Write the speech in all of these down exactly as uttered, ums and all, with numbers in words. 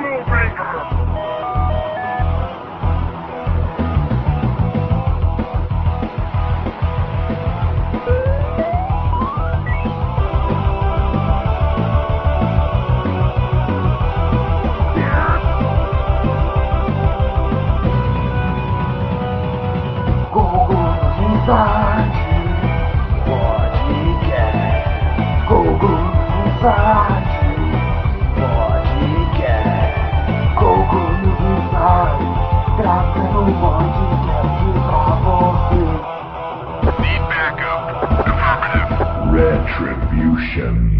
Retribution.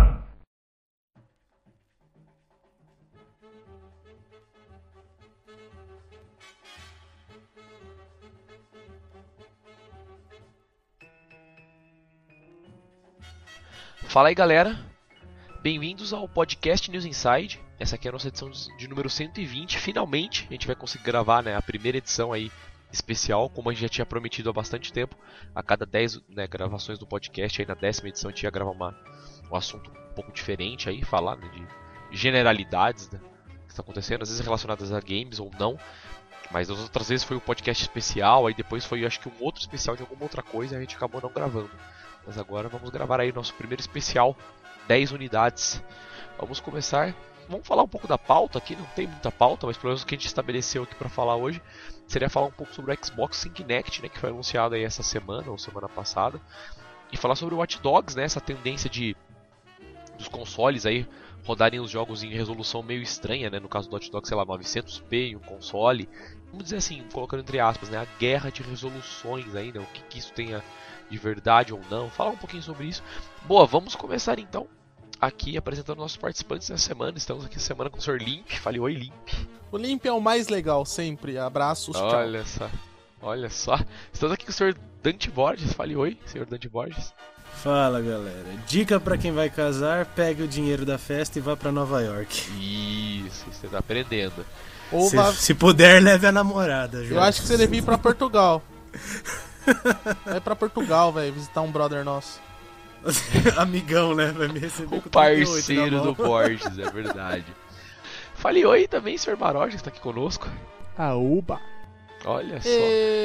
Fala aí, galera, bem-vindos ao podcast News Inside. Essa aqui é a nossa edição de número cento e vinte. Finalmente a gente vai conseguir gravar, né, a primeira edição aí especial, como a gente já tinha prometido há bastante tempo. A cada dez, né, gravações do podcast, aí na décima edição a gente ia gravar uma, um assunto um pouco diferente aí, falar, né, de generalidades, né, que está acontecendo, às vezes relacionadas a games ou não. Mas das outras vezes foi um podcast especial, aí depois foi, acho que um outro especial de alguma outra coisa, e a gente acabou não gravando. Mas agora vamos gravar aí o nosso primeiro especial, dez unidades. Vamos começar, vamos falar um pouco da pauta aqui, não tem muita pauta, mas pelo menos o que a gente estabeleceu aqui para falar hoje seria falar um pouco sobre o Xbox Kinect, né, que foi anunciado aí essa semana, ou semana passada, e falar sobre o Watch Dogs, né, essa tendência de dos consoles aí rodarem os jogos em resolução meio estranha, né, no caso do Watch Dogs, sei lá, novecentos p em um console, vamos dizer assim, colocando entre aspas, né, a guerra de resoluções aí, né, o que, que isso tenha de verdade ou não, falar um pouquinho sobre isso. Boa, vamos começar então aqui apresentando nossos participantes dessa semana. Estamos aqui essa semana com o senhor Limp. Fale oi, Limp. O Limp é o mais legal, sempre. Abraços, tchau. Olha só, olha só. Estamos aqui com o senhor Dante Borges. Fale oi, senhor Dante Borges. Fala, galera. Dica pra quem vai casar: pegue o dinheiro da festa e vá pra Nova York. Isso, você tá aprendendo. Ou Se, vá... se puder, leve a namorada. Eu acho que você deve ir pra Portugal. Vai pra Portugal, velho, visitar um brother nosso. Amigão, né? Vai me receber O com parceiro do Borges, é verdade. Fale oi também, senhor Maroja, que está aqui conosco. Aúba! Olha só.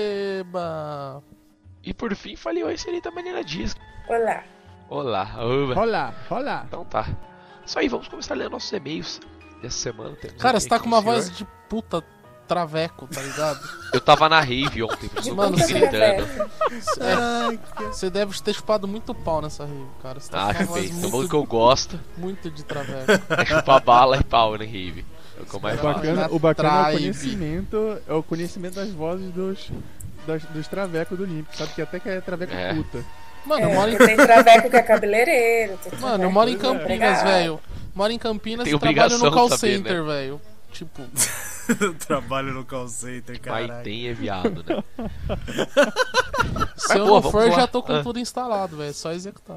Eba! E por fim, fale oi, senhorita Manila Dias. Olá. Olá, aúba. Olá, olá. Então tá. Isso aí, vamos começar a ler nossos e-mails dessa semana. Temos Cara, você tá aqui com uma o senhor. voz de puta traveco, tá ligado? Eu tava na rave ontem, por isso eu Mano, tô você- gritando. É, você deve ter chupado muito pau nessa rave, cara. Você tá Ah, com uma voz feito. Então, o muito, que eu gosto muito de traveco. é chupar bala e pau na rave. É o que eu mais O Vai faço. bacana, na o bacana é o drive. conhecimento, é o conhecimento das vozes dos, das, dos travecos do Limp. Sabe que até que é traveco É. puta. Mano, eu É, mano, em... tem traveco que é cabeleireiro. Tem Mano, eu traveco moro em que é Campinas, empregado. velho. Moro em Campinas Tem e trabalho no obrigação call de saber, center, velho. Tipo, Trabalho no call center, Mas caralho. tem é viado, né? se eu boa, não vamos for, lá. já tô com Ah. tudo instalado, velho. É só executar.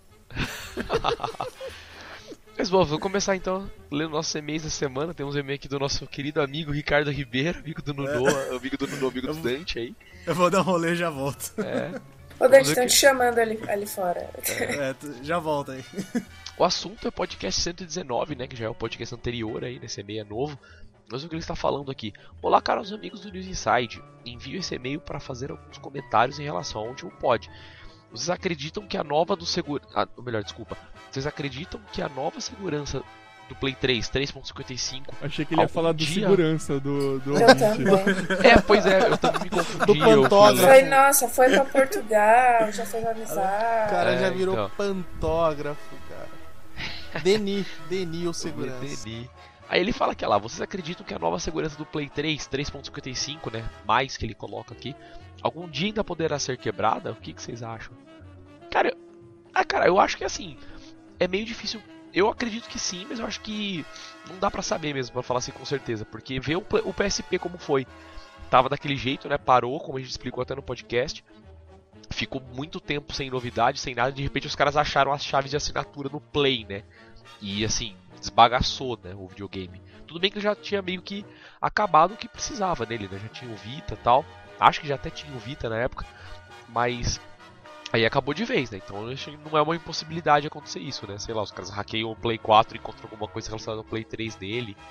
Mas bom, vou começar então lendo nossos e-mails da semana. Temos um e-mail aqui do nosso querido amigo Ricardo Ribeiro, amigo do Nuno, amigo do Nuno, amigo do Dante aí. Eu vou dar um rolê e já volto. É. Ô, Vamos Dante, ver estão que- te chamando ali, ali fora. É, tu- já volta aí. O assunto é podcast cento e dezenove, né? Que já é o podcast anterior aí, nesse e-mail é novo. Mas o que ele está falando aqui? Olá, caros amigos do News Inside. Envio esse e-mail para fazer alguns comentários em relação ao último pod. Vocês acreditam que a nova do seguro... Ah, ou melhor, desculpa. Vocês acreditam que a nova segurança do Play três, três ponto cinquenta e cinco... Achei que ele ia Algum falar do dia- segurança do, do Eu ouvinte. também. É, pois é, eu também me confundi. Do eu fui pantógrafo. ler- Foi, nossa, foi pra Portugal, já fez O avisar. cara É, já virou então. pantógrafo, cara. Deni, Deni o segurança. Entendi. Aí ele fala que lá, vocês acreditam que a nova segurança do Play três, três ponto cinquenta e cinco, né, mais que ele coloca aqui, algum dia ainda poderá ser quebrada? O que, que vocês acham? Cara, eu... ah, cara, eu acho que assim, é meio difícil. Eu acredito que sim, mas eu acho que não dá pra saber mesmo, pra falar assim com certeza, porque ver o, P- o P S P como foi, tava daquele jeito, né, parou, como a gente explicou até no podcast, ficou muito tempo sem novidade, sem nada, de repente os caras acharam as chaves de assinatura no Play, né, e assim, desbagaçou, né, o videogame. Tudo bem que já tinha meio que acabado o que precisava nele, né, já tinha o Vita e tal, acho que já até tinha o Vita na época, mas aí acabou de vez, né, então eu acho que não é uma impossibilidade acontecer isso, né, sei lá, os caras hackeiam o Play quatro e encontram alguma coisa relacionada ao Play três dele,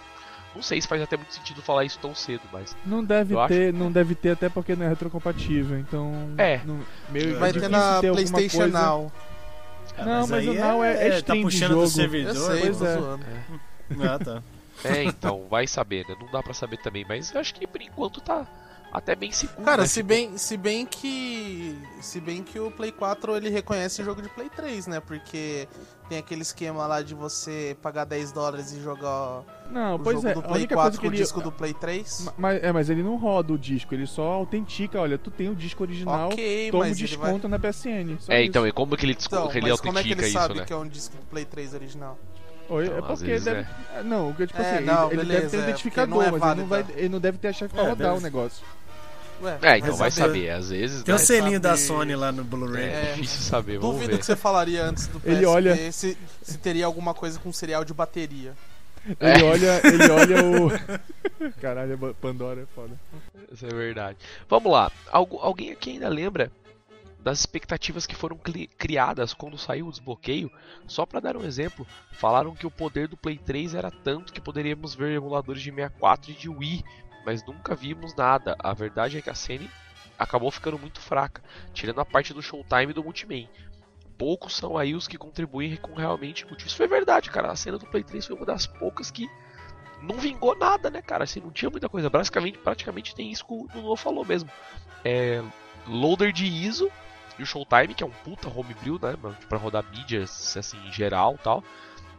Não sei se faz até muito sentido falar isso tão cedo, mas... Não deve Eu ter, não deve ter até porque não é retrocompatível, então... É. Não, meio Vai difícil ter na ter alguma PlayStation coisa... Now. Ah, Não, mas o aí Now é- é tá stream de puxando jogo. do Eu servidor. sei, Pois tô é. zoando. Ah, tá. É, então, vai saber, né? Não dá pra saber também, mas eu acho que por enquanto tá até bem seguro. Cara, né? se Tipo, bem, se bem que. Se bem que o Play quatro ele reconhece jogo de Play três, né? Porque tem aquele esquema lá de você pagar dez dólares e jogar Não, o pois jogo é, do a Play única quatro coisa com que o ele... disco do Play três. Ma- Mas, é, mas ele não roda o disco, ele só autentica, olha, tu tem o disco original, Ok, toma o mas ele vai. desconto na P S N. Só É, isso. então, e como que ele, desco- Então, ele mas como é que autentica ele isso, sabe né? que é um disco do Play três original? Oi, Então, é às porque vezes deve... é. é, Não, o que eu, tipo É, assim, não, ele, ele beleza, deve ter um é, identificador, porque não é mas ele não, vai, válido. ele não deve ter a chave pra É, rodar beleza. o negócio. Ué, É, então, Mas vai é- saber, às vezes, Tem o né? selinho da sabe- Sony lá no Blu-ray. É É. difícil saber, vamos duvido ver. que você falaria antes do P S P Ele olha- se, se teria alguma coisa com cereal de bateria. É. Ele olha, ele olha o... Caralho, Pandora é foda. Isso é verdade. Vamos lá, Algu- alguém aqui ainda lembra das expectativas que foram cli- criadas quando saiu o desbloqueio? Só pra dar um exemplo, falaram que o poder do Play três era tanto que poderíamos ver emuladores de sessenta e quatro e de Wii, mas nunca vimos nada. A verdade é que a Sony acabou ficando muito fraca, tirando a parte do Showtime e do Multiman. Poucos são aí os que contribuem com realmente útil. Isso foi verdade, cara. A cena do Play três foi uma das poucas que não vingou nada, né, cara? Assim, não tinha muita coisa. Basicamente, praticamente tem isso que o Nuno falou mesmo. É, loader de I S O e o Showtime, que é um puta homebrew, né, mano, pra rodar mídias, assim, em geral e tal.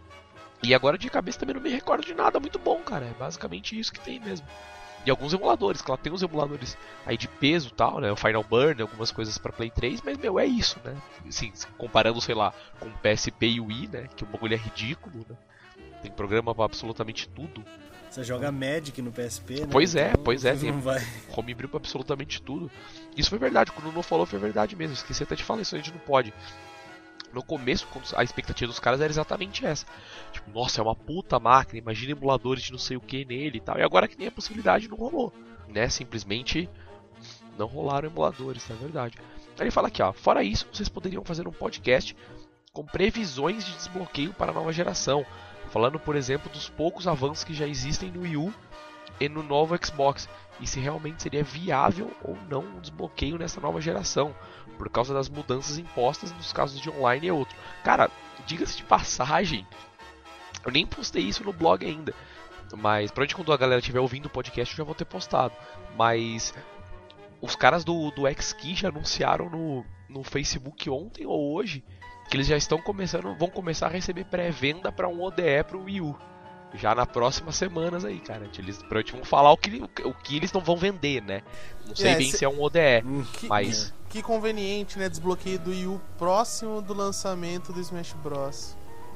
E agora de cabeça também não me recordo de nada muito bom, cara. É basicamente isso que tem mesmo. E alguns emuladores, claro, tem uns emuladores aí de peso e tal, né? O Final Burn, algumas coisas pra Play três, mas, meu, é isso, né? Assim, comparando, sei lá, com o P S P e o Wii, né? Que o bagulho é ridículo, né? Tem programa pra absolutamente tudo. Você joga Magic no P S P, né? Pois é, Então, pois é, você tem- não vai... Homebrew pra absolutamente tudo. Isso foi verdade, quando o Nuno falou foi verdade mesmo. Esqueci até de falar isso, a gente não pode. No começo, quando a expectativa dos caras era exatamente essa. Tipo, nossa, é uma puta máquina, imagina emuladores de não sei o que nele e tal. E agora que nem a possibilidade não rolou, né? Simplesmente não rolaram emuladores, é verdade. Aí ele fala aqui, ó, fora isso, vocês poderiam fazer um podcast com previsões de desbloqueio para a nova geração. Falando, por exemplo, dos poucos avanços que já existem no Wii U e no novo Xbox. E se realmente seria viável ou não um desbloqueio nessa nova geração, por causa das mudanças impostas nos casos de online e outro. Cara, diga-se de passagem, eu nem postei isso no blog ainda, mas provavelmente quando a galera estiver ouvindo o podcast eu já vou ter postado. Mas os caras do, do X-Key já anunciaram no, no Facebook ontem ou hoje que eles já estão começando, vão começar a receber pré-venda para um O D E pro Wii U. Já nas próximas semanas aí, cara. Eles provavelmente vão falar o que, o que eles não vão vender, né? Não sei É, bem se- se é um O D E, Que, mas... que conveniente, né? Desbloqueio do Wii U próximo do lançamento do Smash Bros.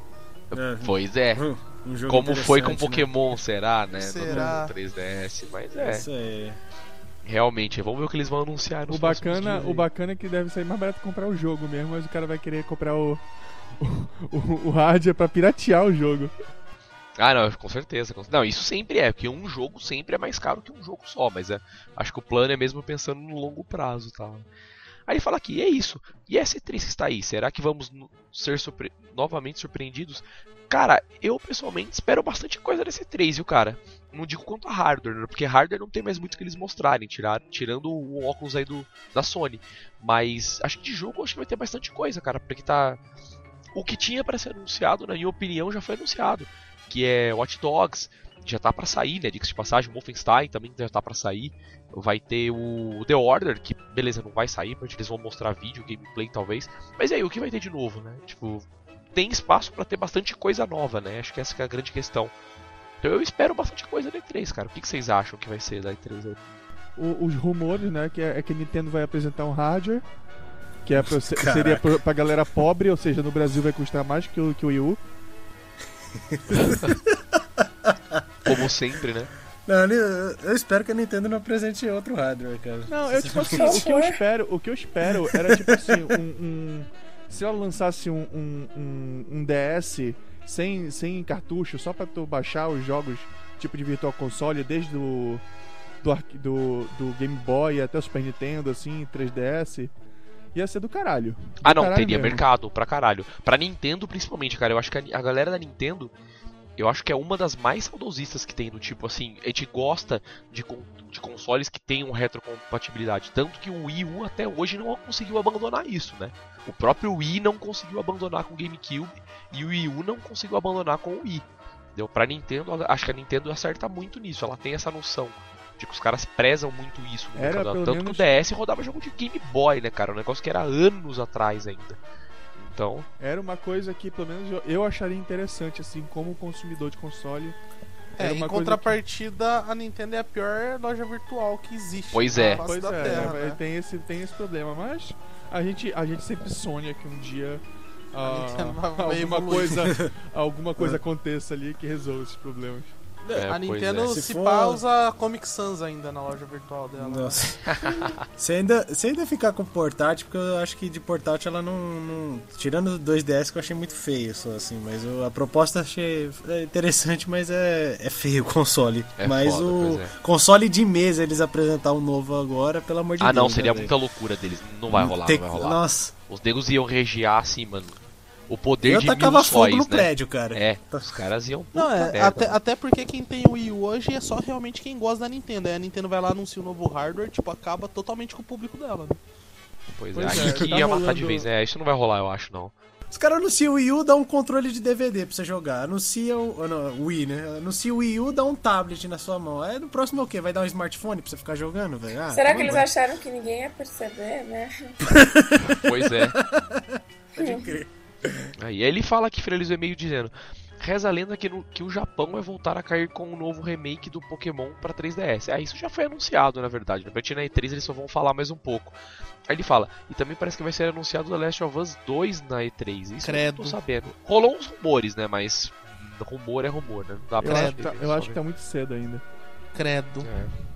É, Pois é. um jogo Como foi com interessante, Pokémon, será, né? Será? No três D S, mas né? é. Isso aí. Realmente, vamos ver o que eles vão anunciar nos O próximos bacana, dias o aí. bacana é que deve sair mais barato comprar o jogo mesmo, mas o cara vai querer comprar o, o, o, o hardware pra piratear o jogo. Ah, não, com certeza. com- Não, isso sempre é, porque um jogo sempre é mais caro que um jogo só, mas é, acho que o plano é mesmo pensando no longo prazo, tá? Aí ele fala aqui, é isso. E essa E três que está aí, será que vamos no- ser surpre- novamente surpreendidos? Cara, eu pessoalmente espero bastante coisa dessa E três, viu, cara? Não digo quanto a hardware, né? Porque hardware não tem mais muito que eles mostrarem, tirar, tirando o óculos aí do, da Sony. Mas acho que de jogo acho que vai ter bastante coisa, cara, porque tá... O que tinha pra ser anunciado, na minha opinião, já foi anunciado. Que é Watch Dogs, já tá pra sair, né? Diga-se de passagem, Wolfenstein também já tá pra sair. Vai ter o The Order, que beleza, não vai sair, porque eles vão mostrar vídeo, gameplay talvez. Mas e aí, o que vai ter de novo, né? Tipo, tem espaço pra ter bastante coisa nova, né? Acho que essa que é a grande questão. Então eu espero bastante coisa da E três, cara. O que que vocês acham que vai ser da E três aí? O- os rumores, né, que é, é que a Nintendo vai apresentar um hardware, que é pra, se- Caraca. seria pra, pra galera pobre, ou seja, no Brasil vai custar mais que o, que o Wii U. Como sempre, né? Não, eu, eu espero que a Nintendo não apresente outro hardware, cara. Não, eu tipo assim, o que eu espero, o que eu espero era tipo assim, um, um- se ela lançasse um, um, um, um D S sem, sem cartucho, só pra tu baixar os jogos tipo de Virtual Console, desde o do, arqui- do, do Game Boy até o Super Nintendo, assim, três D S, ia ser do caralho. Do Ah, não, caralho teria mesmo. mercado pra caralho. Pra Nintendo, principalmente, cara. Eu acho que a, a galera da Nintendo eu acho que é uma das mais saudosistas que tem, do tipo assim, a gente gosta de, con de consoles que tenham retrocompatibilidade, tanto que o Wii U até hoje não conseguiu abandonar isso, né? O próprio Wii não conseguiu abandonar com o GameCube e o Wii U não conseguiu abandonar com o Wii. Deu pra Nintendo, acho que a Nintendo acerta muito nisso, ela tem essa noção de que os caras prezam muito isso no Era, mercado. pelo Tanto menos- que o D S rodava jogo de Game Boy, né, cara? Um negócio que era anos atrás ainda. Então, Era uma coisa que, pelo menos, eu, eu acharia interessante, assim, como consumidor de console. É, Era em uma coisa contrapartida, a Nintendo é a pior loja virtual que existe. Pois na é. face Pois da é, Terra, é, né? tem, esse, tem esse problema, mas a gente, a gente sempre sonha que um dia ah, Nintendo vai alguma evoluir. coisa, alguma coisa aconteça ali que resolva esses problemas. é, A pois Nintendo, é. Se se for- pá, usa Comic Sans ainda na loja virtual dela. Nossa. se, ainda, se ainda ficar com portátil, porque eu acho que de portátil ela não. não- tirando o dois D S que eu achei muito feio, só assim. Mas eu- a proposta achei interessante, mas é, é feio o console. É mas foda, o pois é. console de mesa eles apresentar um novo agora, pelo amor de Ah Deus. não, seria né, muita loucura deles. Não vai rolar, Tem- não vai rolar. Nossa, Os negros iam regiar assim, mano. O poder eu de tacava mil fogo sóis, no né? prédio, cara. É, os caras iam. Não, puta é, merda, até, mano. até porque quem tem o Wii U hoje é só realmente quem gosta da Nintendo. Aí a Nintendo vai lá, anuncia o novo hardware, tipo, acaba totalmente com o público dela. Né? Pois, Pois é, aí é, que tá ia matar de rolando- vez. É, isso não vai rolar, eu acho, não. Os caras anunciam o Wii U, dá um controle de D V D pra você jogar. Anuncia o. oh, não, o Wii, né? Anuncia o Wii U, dá um tablet na sua mão. Aí no próximo é o quê? Vai dar um smartphone pra você ficar jogando, velho? Ah, Será toma que eles banho. acharam que ninguém ia perceber, né? Pois é. Pode crer. Aí ele fala aqui, finalizou o e-mail dizendo: reza a lenda que, no- que o Japão vai voltar a cair com um novo remake do Pokémon pra três D S. Ah, isso já foi anunciado, na verdade. Na na E três eles só vão falar mais um pouco. Aí ele fala: e também parece que vai ser anunciado The Last of Us dois na E três. Isso Credo. eu não tô sabendo. Rolou uns rumores, né? Mas rumor é rumor, né? Não dá Eu, pra acho, saber, que tá, né, eu só acho que ver. tá muito cedo ainda. Credo. É.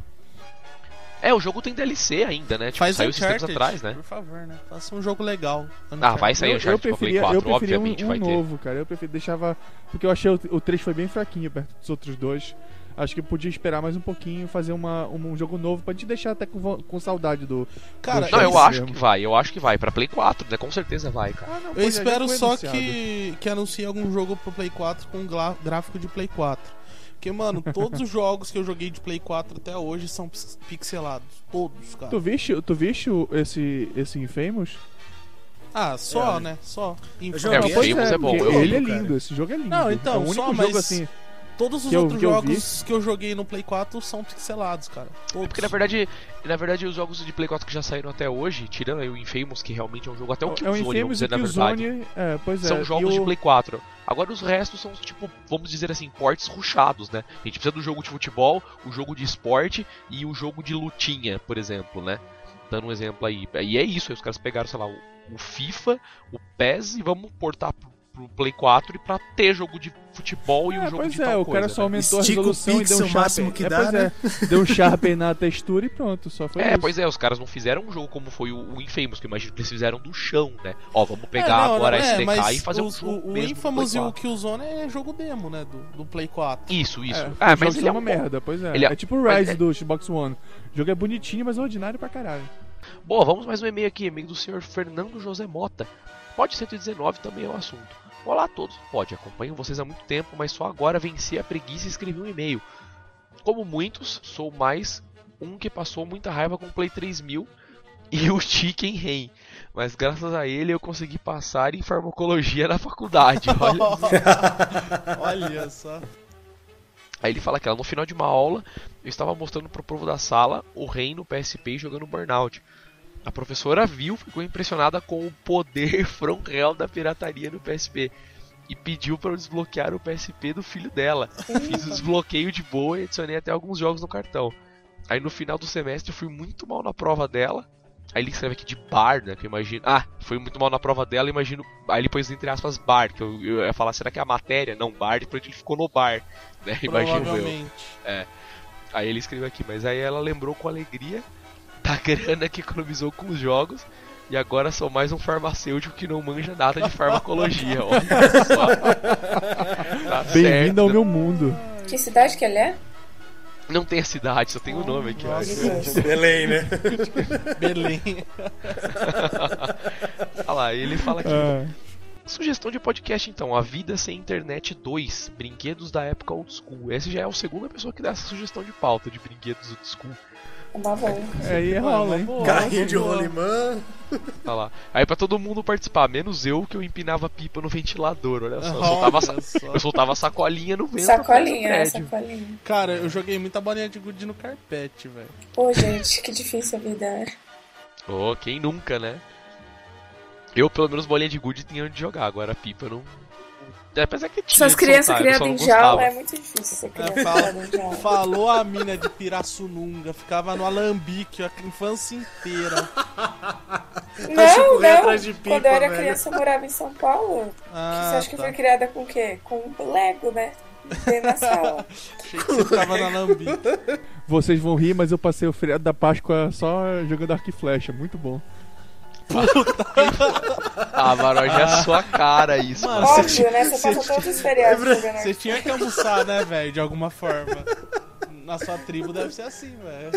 É, o jogo tem D L C ainda, né? Tipo, Faz saiu esses tempos Uncharted, atrás, né? Por favor, né? Faça um jogo legal. Ah, vai sair Eu, eu Uncharted pra Play preferia, quatro, eu preferia obviamente um, um vai ter. novo, cara. Eu preferia, deixava. Porque eu achei o, o três foi bem fraquinho perto dos outros dois. Acho que eu podia esperar mais um pouquinho, fazer uma, um, um jogo novo pra te deixar até com, vo- com saudade do. Cara, do Não, eu Uncharted acho mesmo. que vai, eu acho que vai. Pra Play quatro, né? Com certeza vai, cara. Ah, não, Eu pois é, já espero foi só anunciado. que, que anuncie algum jogo pro Play quatro com glá- gráfico de Play quatro. Porque, mano, todos os jogos que eu joguei de Play quatro até hoje são pix- pixelados. Todos, cara. Tu viste, tu viste o- esse, esse Infamous? Ah, só, É. né? Só. Eu Infamous. joguei. É, o Pois Infamous é bom, porque eu ele é amo, cara. lindo, esse jogo é lindo. Não, então, é o único só, jogo mas- assim. Todos os que eu- outros que eu jogos que eu joguei no Play quatro são pixelados, cara. Todos. Porque na verdade, na verdade os jogos de Play quatro que já saíram até hoje, tirando aí o Infamous, que realmente é um jogo até o É o Killzone, vamos Infamous e dizer o na verdade. Killzone, é, pois é. São e jogos de o- Play quatro. Agora os restos são, tipo, vamos dizer assim, portes ruchados, né? A gente precisa do jogo de futebol, o jogo de esporte e o jogo de lutinha, por exemplo, né? Dando um exemplo aí. E é isso, aí os caras pegaram, sei lá, o, o FIFA, o P E S e vamos portar pro, pro Play quatro e pra ter jogo de futebol e É, um jogo pois de é, tal o cara coisa, só né? aumentou Estica a o resolução e deu pixel um sharpen. máximo que é, dá, pois né? é, deu um sharpen na textura e pronto, só foi É, isso. pois é, os caras não fizeram um jogo como foi o, o Infamous, que eu imagino que eles fizeram do chão, né? Ó, vamos pegar É, não, agora não, a é, S D K mas e fazer um os- jogo o, o mesmo do Infamous e Play o quatro. Killzone é jogo demo, né? Do, do Play quatro. Isso, isso. É, ah, os mas jogos ele são é uma um- merda, pois é. ele é- é tipo o mas Rise é- do Xbox One. O jogo é bonitinho, mas é ordinário pra caralho. Boa, vamos mais um e-mail aqui, e-mail do senhor Fernando José Mota. Pode cento e dezenove também é o assunto. Olá a todos, pode, acompanho vocês há muito tempo, mas só agora venci a preguiça e escrevi um e-mail. Como muitos, sou mais um que passou muita raiva com o Play três mil e o Chicken Rain. Mas graças a ele eu consegui passar em farmacologia na faculdade. Olha. Olha só. Aí ele fala que ela, no final de uma aula, eu estava mostrando pro povo da sala o Rain no P S P jogando Burnout. A professora viu, ficou impressionada com o poder from hell da pirataria no P S P e pediu para eu desbloquear o P S P do filho dela. Fiz o desbloqueio de boa e adicionei até alguns jogos no cartão. Aí no final do semestre eu fui muito mal na prova dela. Aí ele escreve aqui de bar, né, que eu imagino... Ah, foi muito mal na prova dela, imagino... Aí ele pôs entre aspas bar, que eu, eu ia falar, será que é a matéria? Não, bar, depois ele ficou no bar, né, imagino eu. Provavelmente. Aí ele escreveu aqui, mas aí ela lembrou com alegria da grana que economizou com os jogos e agora sou mais um farmacêutico que não manja nada de farmacologia. Olha só. Tá Bem-vindo ao certo. meu mundo. Que cidade que ele é? Não tem a cidade, só tem o nome aqui. Olha. Belém, né? Belém. Olha lá, ele fala aqui. Ah, Sugestão de podcast então, A Vida Sem Internet dois, brinquedos da época old school. Esse já é a segunda pessoa que dá essa sugestão de pauta de brinquedos old school. Uma boa. É, aí rola, hein? Carrinho de rolimã. Tá lá. Aí pra todo mundo participar, menos eu que eu empinava pipa no ventilador, olha só. Eu soltava, Olha sa- só. eu soltava sacolinha no vento. Sacolinha, é, atrás do prédio. sacolinha. Cara, eu joguei muita bolinha de gude no carpete, velho. Pô, gente, que difícil a vida é. Oh, quem nunca, né? Eu, pelo menos, bolinha de gude tinha onde jogar, agora pipa eu não. É, apesar que tinha. Essas de crianças soltar, eu só criadas não em gostava. jaula é muito difícil ser criança É, fala- criada em jaula. Falou a mina de Pirassununga, ficava no alambique a infância inteira. Não, correr não. atrás de pipa, Quando eu era velho. criança, eu morava em São Paulo. Ah, Você acha que eu tá. fui criada com o quê? Com um Lego, né? Dentro da sala. Achei que você ficava no alambique. Vocês vão rir, mas eu passei o feriado da Páscoa só jogando arco e flecha, muito bom. Ah, Maroja, é a sua cara isso. Mano, Mano. você Óbvio, né? Você você passa todos os feriados jogando Você tinha que almoçar, né, velho? De alguma forma. Na sua tribo deve ser assim, velho.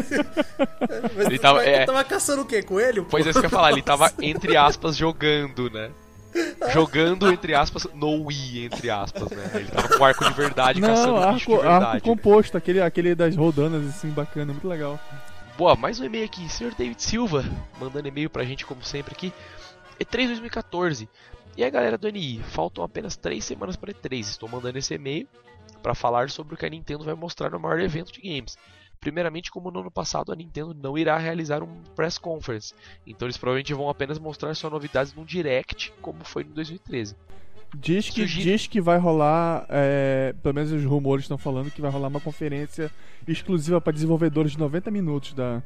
Mas Ele tu tava- tava, é. tava caçando o quê? Coelho? Pois é, isso que eu ia falar, ele tava, entre aspas, jogando, né? Jogando, entre aspas, no Wii, entre aspas, né? Ele tava com arco de verdade, Não, caçando bicho arco, de verdade. arco composto, aquele, aquele das rodanas, assim, bacana, muito legal. Boa, mais um e-mail aqui, senhor David Silva, mandando e-mail pra gente, como sempre, aqui. E três dois mil e quatorze. E aí, galera do N I, faltam apenas três semanas para E três. Estou mandando esse e-mail para falar sobre o que a Nintendo vai mostrar no maior evento de games. Primeiramente, como no ano passado, a Nintendo não irá realizar um press conference. Então eles provavelmente vão apenas mostrar suas novidades num direct, como foi no dois mil e treze. Diz que, Sugi- diz que vai rolar, é, pelo menos os rumores estão falando que vai rolar uma conferência exclusiva para desenvolvedores de noventa minutos da,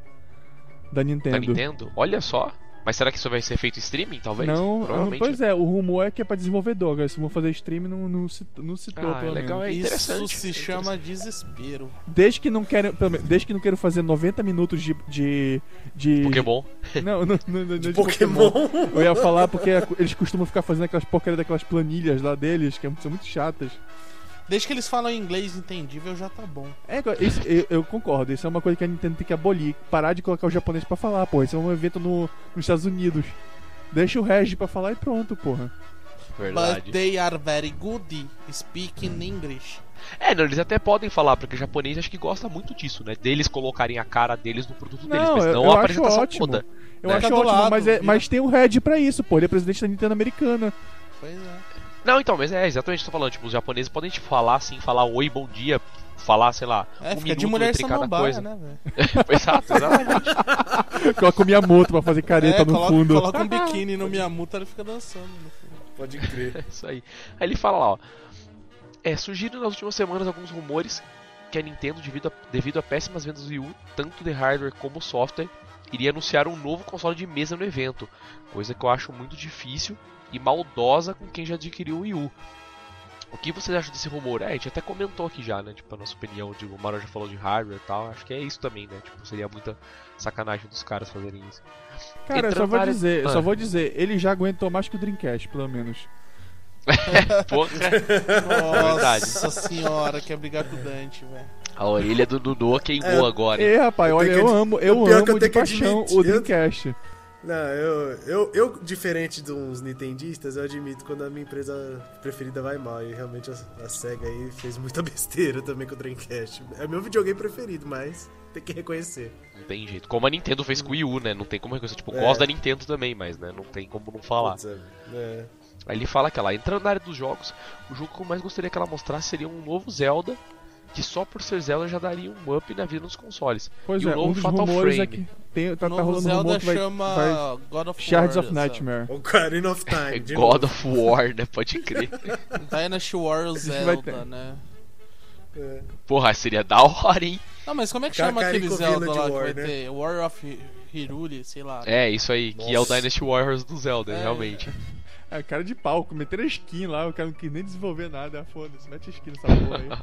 da Nintendo. Da Nintendo? Olha só. Mas será que isso vai ser feito em streaming, talvez? Não, Provavelmente. pois é, o rumor é que é pra desenvolvedor, agora se vão fazer stream não, não, citou, não citou, Ah, pelo legal, menos. é Isso interessante. se é chama desespero. Desde que não querem, pelo menos, desde que não queiram fazer noventa minutos de... de, de... Pokémon. Não, não, não, não, não de Pokémon. Eu ia falar porque eles costumam ficar fazendo aquelas porcarias daquelas planilhas lá deles, que são muito chatas. Desde que eles falam em inglês entendível, já tá bom. É, isso, eu, eu concordo, isso é uma coisa que a Nintendo tem que abolir. Parar de colocar o japonês pra falar, porra. Isso é um evento no, nos Estados Unidos. Deixa o Regi pra falar e pronto, porra. Verdade. But they are very good speaking English. É, não, eles até podem falar, porque o japonês acho que gosta muito disso, né? Deles colocarem a cara deles no produto deles, mas eu- não eu a acho apresentação ótimo. toda. Eu Né? acho Fica do ótimo, lado, mas, é, vira- mas tem o Red pra isso, pô. Ele é presidente da Nintendo americana. Pois é. Não, então, mas é exatamente o que eu tô falando. Tipo, os japoneses podem tipo, falar assim, falar oi, bom dia, falar, sei lá, É, um fica de minuto mulher entre cada samambaia, coisa. né, velho? Exato, exatamente. Coloca o Miyamoto pra fazer careta É, no coloca, fundo. coloca um biquíni no Miyamoto, ele fica dançando no fundo. Pode crer. É isso aí. Aí ele fala lá, ó. É, surgiram nas últimas semanas alguns rumores que a Nintendo, devido a, devido a péssimas vendas do Wii U, tanto de hardware como software, iria anunciar um novo console de mesa no evento. Coisa que eu acho muito difícil e maldosa com quem já adquiriu o Wii U. O que vocês acham desse rumor? É, a gente até comentou aqui já, né? Tipo, a nossa opinião, de, o Mario já falou de hardware e tal. Acho que é isso também, né? Tipo, seria muita sacanagem dos caras fazerem isso. Cara, eu Entrando só vou na área- dizer, eu Ah. só vou dizer, ele já aguentou mais que o Dreamcast, pelo menos. Porra, verdade. Nossa senhora, quer brigar com o Dante, velho. a orelha do Nuno queimou É, agora, hein? E rapaz, Eu olha, tenho eu que ad- amo, eu o pior que eu amo de tenho que paixão admitir, o eu- Dreamcast. Não, eu, eu, eu, diferente de uns nintendistas, eu admito quando a minha empresa preferida vai mal. E realmente a, a SEGA aí fez muita besteira também com o Dreamcast. É meu videogame preferido, mas tem que reconhecer. Não tem jeito. Como a Nintendo fez com o Wii U, né? Não tem como reconhecer. Tipo, eu É. gosto da Nintendo também, mas né? Não tem como não falar. Putz, é, é. Aí ele fala que ela, entrando na área dos jogos, o jogo que eu mais gostaria que ela mostrasse seria um novo Zelda, que só por ser Zelda já daria um up na vida nos consoles. Pois E o é, novo um dos Fatal rumores Frame. é que tem, tá, O tá novo rolando Zelda rumor que vai, chama vai God of Shards War. of Nightmare. Ocarina of Time. É de God novo. of War, né? Pode crer. Dynasty Warriors Isso vai Zelda, ter. né? É. Porra, seria da hora, hein? Não, mas como é que Kakariko chama aquele Zelda Village lá que War, vai né? ter? War of Hyrule, sei lá. É, isso aí, que é o Nossa. Dynasty Warriors do Zelda, É. realmente. É, cara de pau, meteram a skin lá, o cara não quis nem desenvolver nada, ah, foda-se, mete a skin nessa porra aí.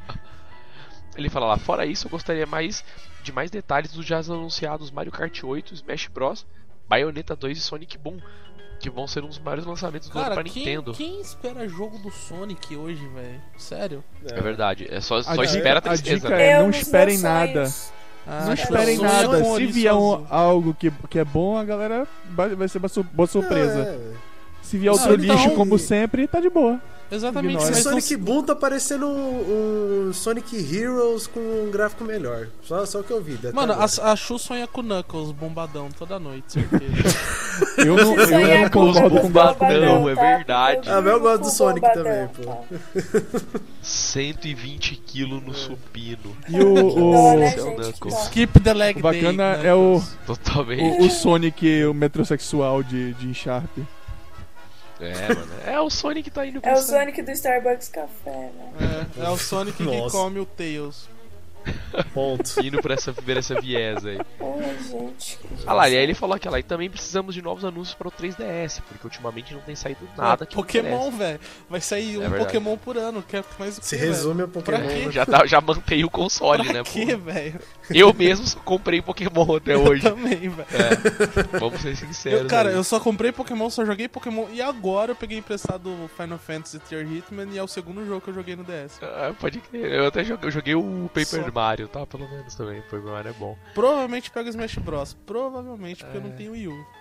Ele fala lá, fora isso, eu gostaria mais de mais detalhes dos já anunciados Mario Kart oito, Smash Bros, Bayonetta dois e Sonic Boom, que vão ser um dos maiores lançamentos do ano Cara, pra quem, Nintendo. quem espera jogo do Sonic hoje, velho? Sério? É verdade, é só, A só dica- espera a a tristeza. dica né? é, Eu não nos esperem meus nada. sonhos. Ah, Não cara, esperem sonho nada. com Se ele vier um- sozinho. algo que, que é bom, a galera vai, vai ser uma su- boa surpresa. É. Se vier outro Ah, então- lixo como sempre, tá de boa. Exatamente. Ignora. Esse Mas não- Sonic Boom tá parecendo um, um Sonic Heroes com um gráfico melhor. Só, só o que eu vi. até Mano, agora. a, a Chu sonha com Knuckles, bombadão, toda noite, certeza. Eu não, eu Sonhar não com concordo os com o bombadão, Bombadão. é verdade. Ah, mas eu gosto do Com Sonic bombadão, também, pô. tá? cento e vinte quilos no supino. E o, Que dó, né, Esse é o gente? Que Knuckles. dó. Skip the leg o bacana day, é o, Totalmente. o, o Sonic, o metrosexual de, de Sharp. É, mano. É o Sonic que tá indo pra É o essa- Sonic do Starbucks Café, né? É, é o Sonic que Nossa. come o Tails. Ponto. indo pra essa, ver essa viés aí. Ai, gente. que Ah lá, e aí judiação. ele falou aquela, e também precisamos de novos anúncios para o três D S, porque ultimamente não tem saído nada É, que Pokémon, interesse. velho. Vai sair um verdade. Pokémon por ano. Quer mais o Se quê, velho? resume ao Pra Pokémon. quê? né? Já, tá, já mantei o console, Pra né, quê, pô? velho? Eu mesmo só comprei Pokémon até hoje. Também, velho. É, vamos ser sinceros. Eu, cara, aí. eu só comprei Pokémon, só joguei Pokémon. E agora eu peguei emprestado o Final Fantasy Tier Hitman e é o segundo jogo que eu joguei no D S. Ah, pode crer. Eu até joguei, eu joguei o Paper Só. Mario, tá? Pelo menos também. Paper Mario é bom. Provavelmente pego Smash Bros. Provavelmente, porque eu É. não tenho Wii U.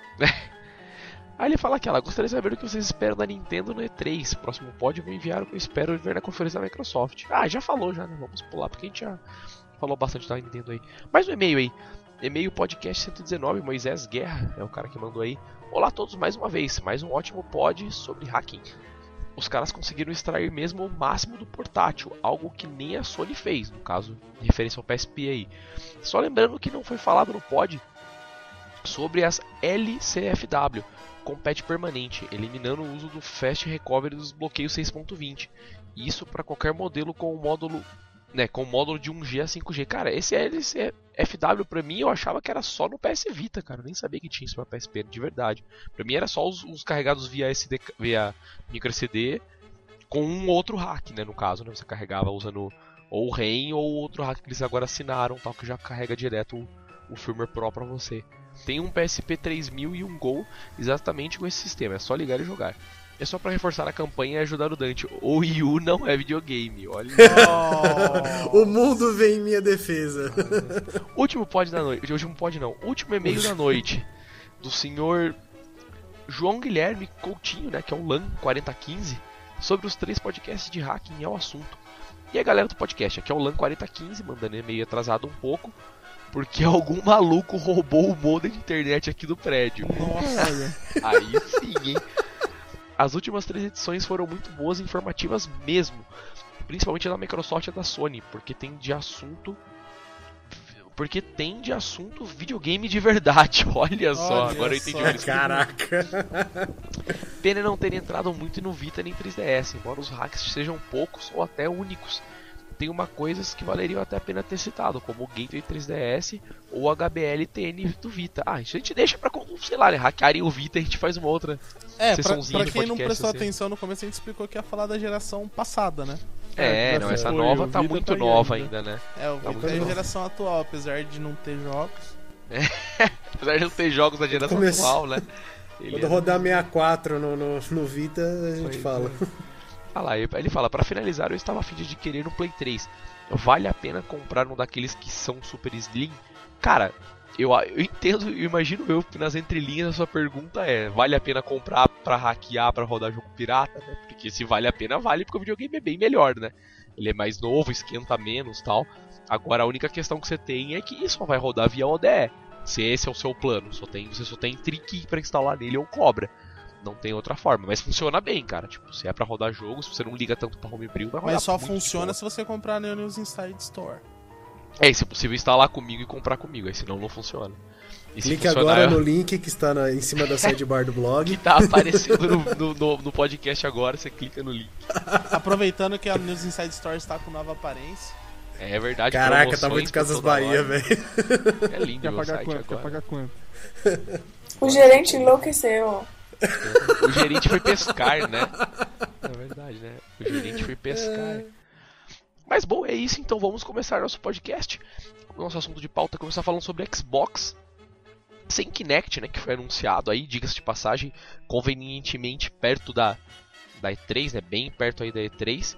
Aí ele fala aquela, gostaria de saber o que vocês esperam da Nintendo no E três. Próximo pod eu vou enviar o que eu espero ver na conferência da Microsoft. Ah, já falou já, né? Vamos pular, porque a gente já falou bastante da Nintendo aí. Mais um e-mail aí. E-mail podcast cento e dezenove, Moisés Guerra, é o cara que mandou aí. Olá a todos mais uma vez, mais um ótimo pod sobre hacking. Os caras conseguiram extrair mesmo o máximo do portátil, algo que nem a Sony fez, no caso, em referência ao P S P aí. Só lembrando que não foi falado no pod sobre as L C F W, com patch permanente, eliminando o uso do Fast Recovery dos bloqueios seis ponto vinte. Isso para qualquer modelo com o módulo, né, com o módulo de um G a cinco G. Cara, esse L C F W pra mim eu achava que era só no P S Vita, cara. Eu nem sabia que tinha isso pra P S P, de verdade. Pra mim era só os, os carregados via S D, via micro S D com um outro hack, né, no caso, né? Você carregava usando ou o RAIN ou outro hack que eles agora assinaram, tal, que já carrega direto o, o firmware Pro pra você. Tem um P S P três mil e um Go exatamente com esse sistema, é só ligar e jogar. É só pra reforçar a campanha e ajudar o Dante. O Wii U não é videogame, olha. O mundo vem em minha defesa. Último pod da noite. Último pod não. Último e-mail da noite. Do senhor João Guilherme Coutinho, né? Que é o LAN quarenta quinze. Sobre os três podcasts de hacking é o assunto. E a galera do podcast, aqui é o LAN quarenta quinze, mandando e-mail atrasado um pouco. Porque algum maluco roubou o modem de internet aqui do prédio. Nossa, Aí sim, hein? As últimas três edições foram muito boas e informativas mesmo. Principalmente a da Microsoft e a da Sony, porque tem de assunto. Porque tem de assunto videogame de verdade. Olha só, Olha agora eu entendi só. o que eles Caraca. Pena não ter entrado muito no Vita nem três D S, embora os hacks sejam poucos ou até únicos. Tem uma coisas que valeriam até a pena ter citado, como o Gateway três D S ou o H B L T N do Vita. Ah, isso a gente deixa pra, sei lá, né, hackearem o Vita e a gente faz uma outra É, pra, sessãozinha pra de quem não podcast, prestou assim. atenção no começo, a gente explicou que ia falar da geração passada, né? É, É, não, já essa foi, nova o tá Vita muito tá aí nova ainda. ainda, né? É, o Tá Vita é muito a bom. geração atual, apesar de não ter jogos. Apesar de não ter jogos da geração Comece- atual, né? Ele Quando é- rodar sessenta e quatro no, no, no Vita, a gente Pois fala. Ah lá, ele fala, pra finalizar eu estava a fim de adquirir um Play três. Vale a pena comprar um daqueles que são super slim? Cara, eu, eu entendo, eu imagino eu que nas entrelinhas a sua pergunta é, vale a pena comprar pra hackear, pra rodar jogo pirata, né? Porque se vale a pena, vale, porque o videogame é bem melhor, né? Ele é mais novo, esquenta menos e tal. Agora a única questão que você tem é que só vai rodar via O D E. Se esse é o seu plano, só tem, você só tem Tricky pra instalar nele ou Cobra. Não tem outra forma, mas funciona bem, cara. Tipo, se é pra rodar jogos, se você não liga tanto pra Homebrew, vai rodar Mas só muito de funciona boa. se você comprar no News Inside Store. É, e se possível instalar comigo e comprar comigo, aí senão não funciona. E se Clique funcionar, agora eu- no link que está na- em cima da sidebar do blog. que tá aparecendo no, no, no- no podcast agora, você clica no link. Aproveitando que a News Inside Store está com nova aparência. É verdade. Caraca, tá promoções muito por Casas toda Bahia, hora. velho. É lindo Quer meu pagar site quanto? Quer agora. pagar quanto? O gerente enlouqueceu. O gerente foi pescar, né? É verdade, né? O gerente foi pescar. Mas bom, é isso, então vamos começar nosso podcast. O nosso assunto de pauta é começar falando sobre Xbox sem Kinect, né? Que foi anunciado aí, diga-se de passagem, convenientemente perto da, da E três, né? Bem perto aí da E três.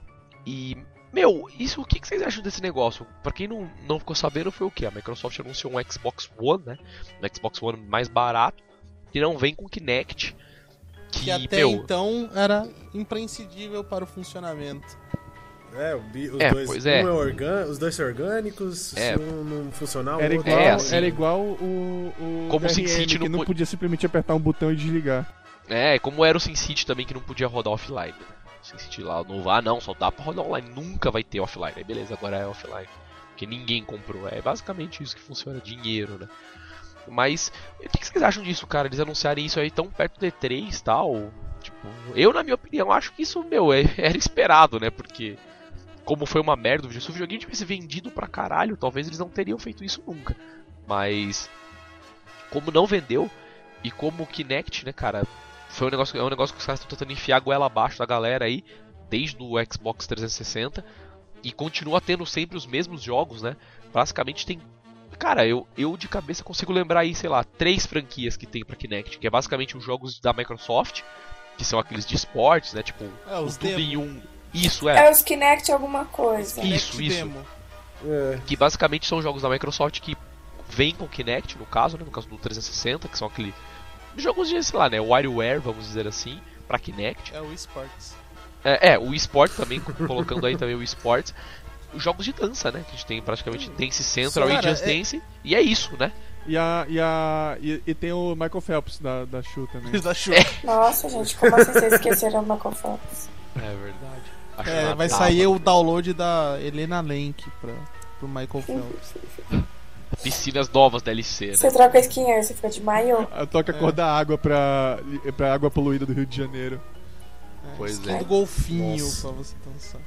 E, meu, isso, o que que vocês acham desse negócio? Pra quem não, não ficou sabendo, foi o que? A Microsoft anunciou um Xbox One, né? Um Xbox One mais barato, que não vem com Kinect. Que até meu, então era imprescindível para o funcionamento. É, o bi- os É, dois, pois é. um é orgã- os dois são orgânicos, É. se um não funcionar, o Era outro... igual, É, assim. era igual o, o Como o D R M, SimCity que não não po- podia simplesmente apertar um botão e desligar. É, como era o SimCity também que não podia rodar offline. Né? O SimCity lá, no ah, não, só dá pra rodar online, nunca vai ter offline. Aí beleza, agora é offline. Porque ninguém comprou. É basicamente isso que funciona, dinheiro, né? Mas, o que vocês acham disso, cara? Eles anunciarem isso aí tão perto do E três e tal? Tipo, eu, na minha opinião, acho que isso, meu, é- era esperado, né? Porque, como foi uma merda o vídeo, se o videogame tivesse vendido pra caralho, talvez eles não teriam feito isso nunca. Mas, como não vendeu, e como o Kinect, né, cara, foi um negócio, é um negócio que os caras estão tentando enfiar a goela abaixo da galera aí, desde o Xbox trezentos e sessenta, e continua tendo sempre os mesmos jogos, né? Basicamente tem. Cara, eu, eu de cabeça consigo lembrar aí, sei lá, três franquias que tem pra Kinect, que é basicamente os jogos da Microsoft, que são aqueles de esportes, né? Tipo, É, os o tudo demo. em um. Isso, é. É os Kinect alguma coisa. Isso, Kinect isso. Demo. É. Que basicamente são jogos da Microsoft que vêm com Kinect, no caso, né? No caso do trezentos e sessenta, que são aqueles jogos de, sei lá, né? WarioWare, vamos dizer assim, pra Kinect. É o eSports. É, é, o eSport também, colocando aí também o eSports. Os jogos de dança, né? Que a gente tem praticamente Dance Central Cara, e Just é- Dance. E é isso, né? E, a, e, a, e, e tem o Michael Phelps da, da Show também. Eles acham. Nossa, gente, como assim vocês esqueceram do Michael Phelps? É verdade. Acho É, uma vai tapa. sair o download da Helena Lenk pra, pro Michael Phelps. Piscinas novas da L C, Você né? troca a skin aí, você fica de maiô. Ah, Toca a cor da água pra, pra água poluída do Rio de Janeiro. Pois Skin é. do golfinho Nossa. pra você dançar.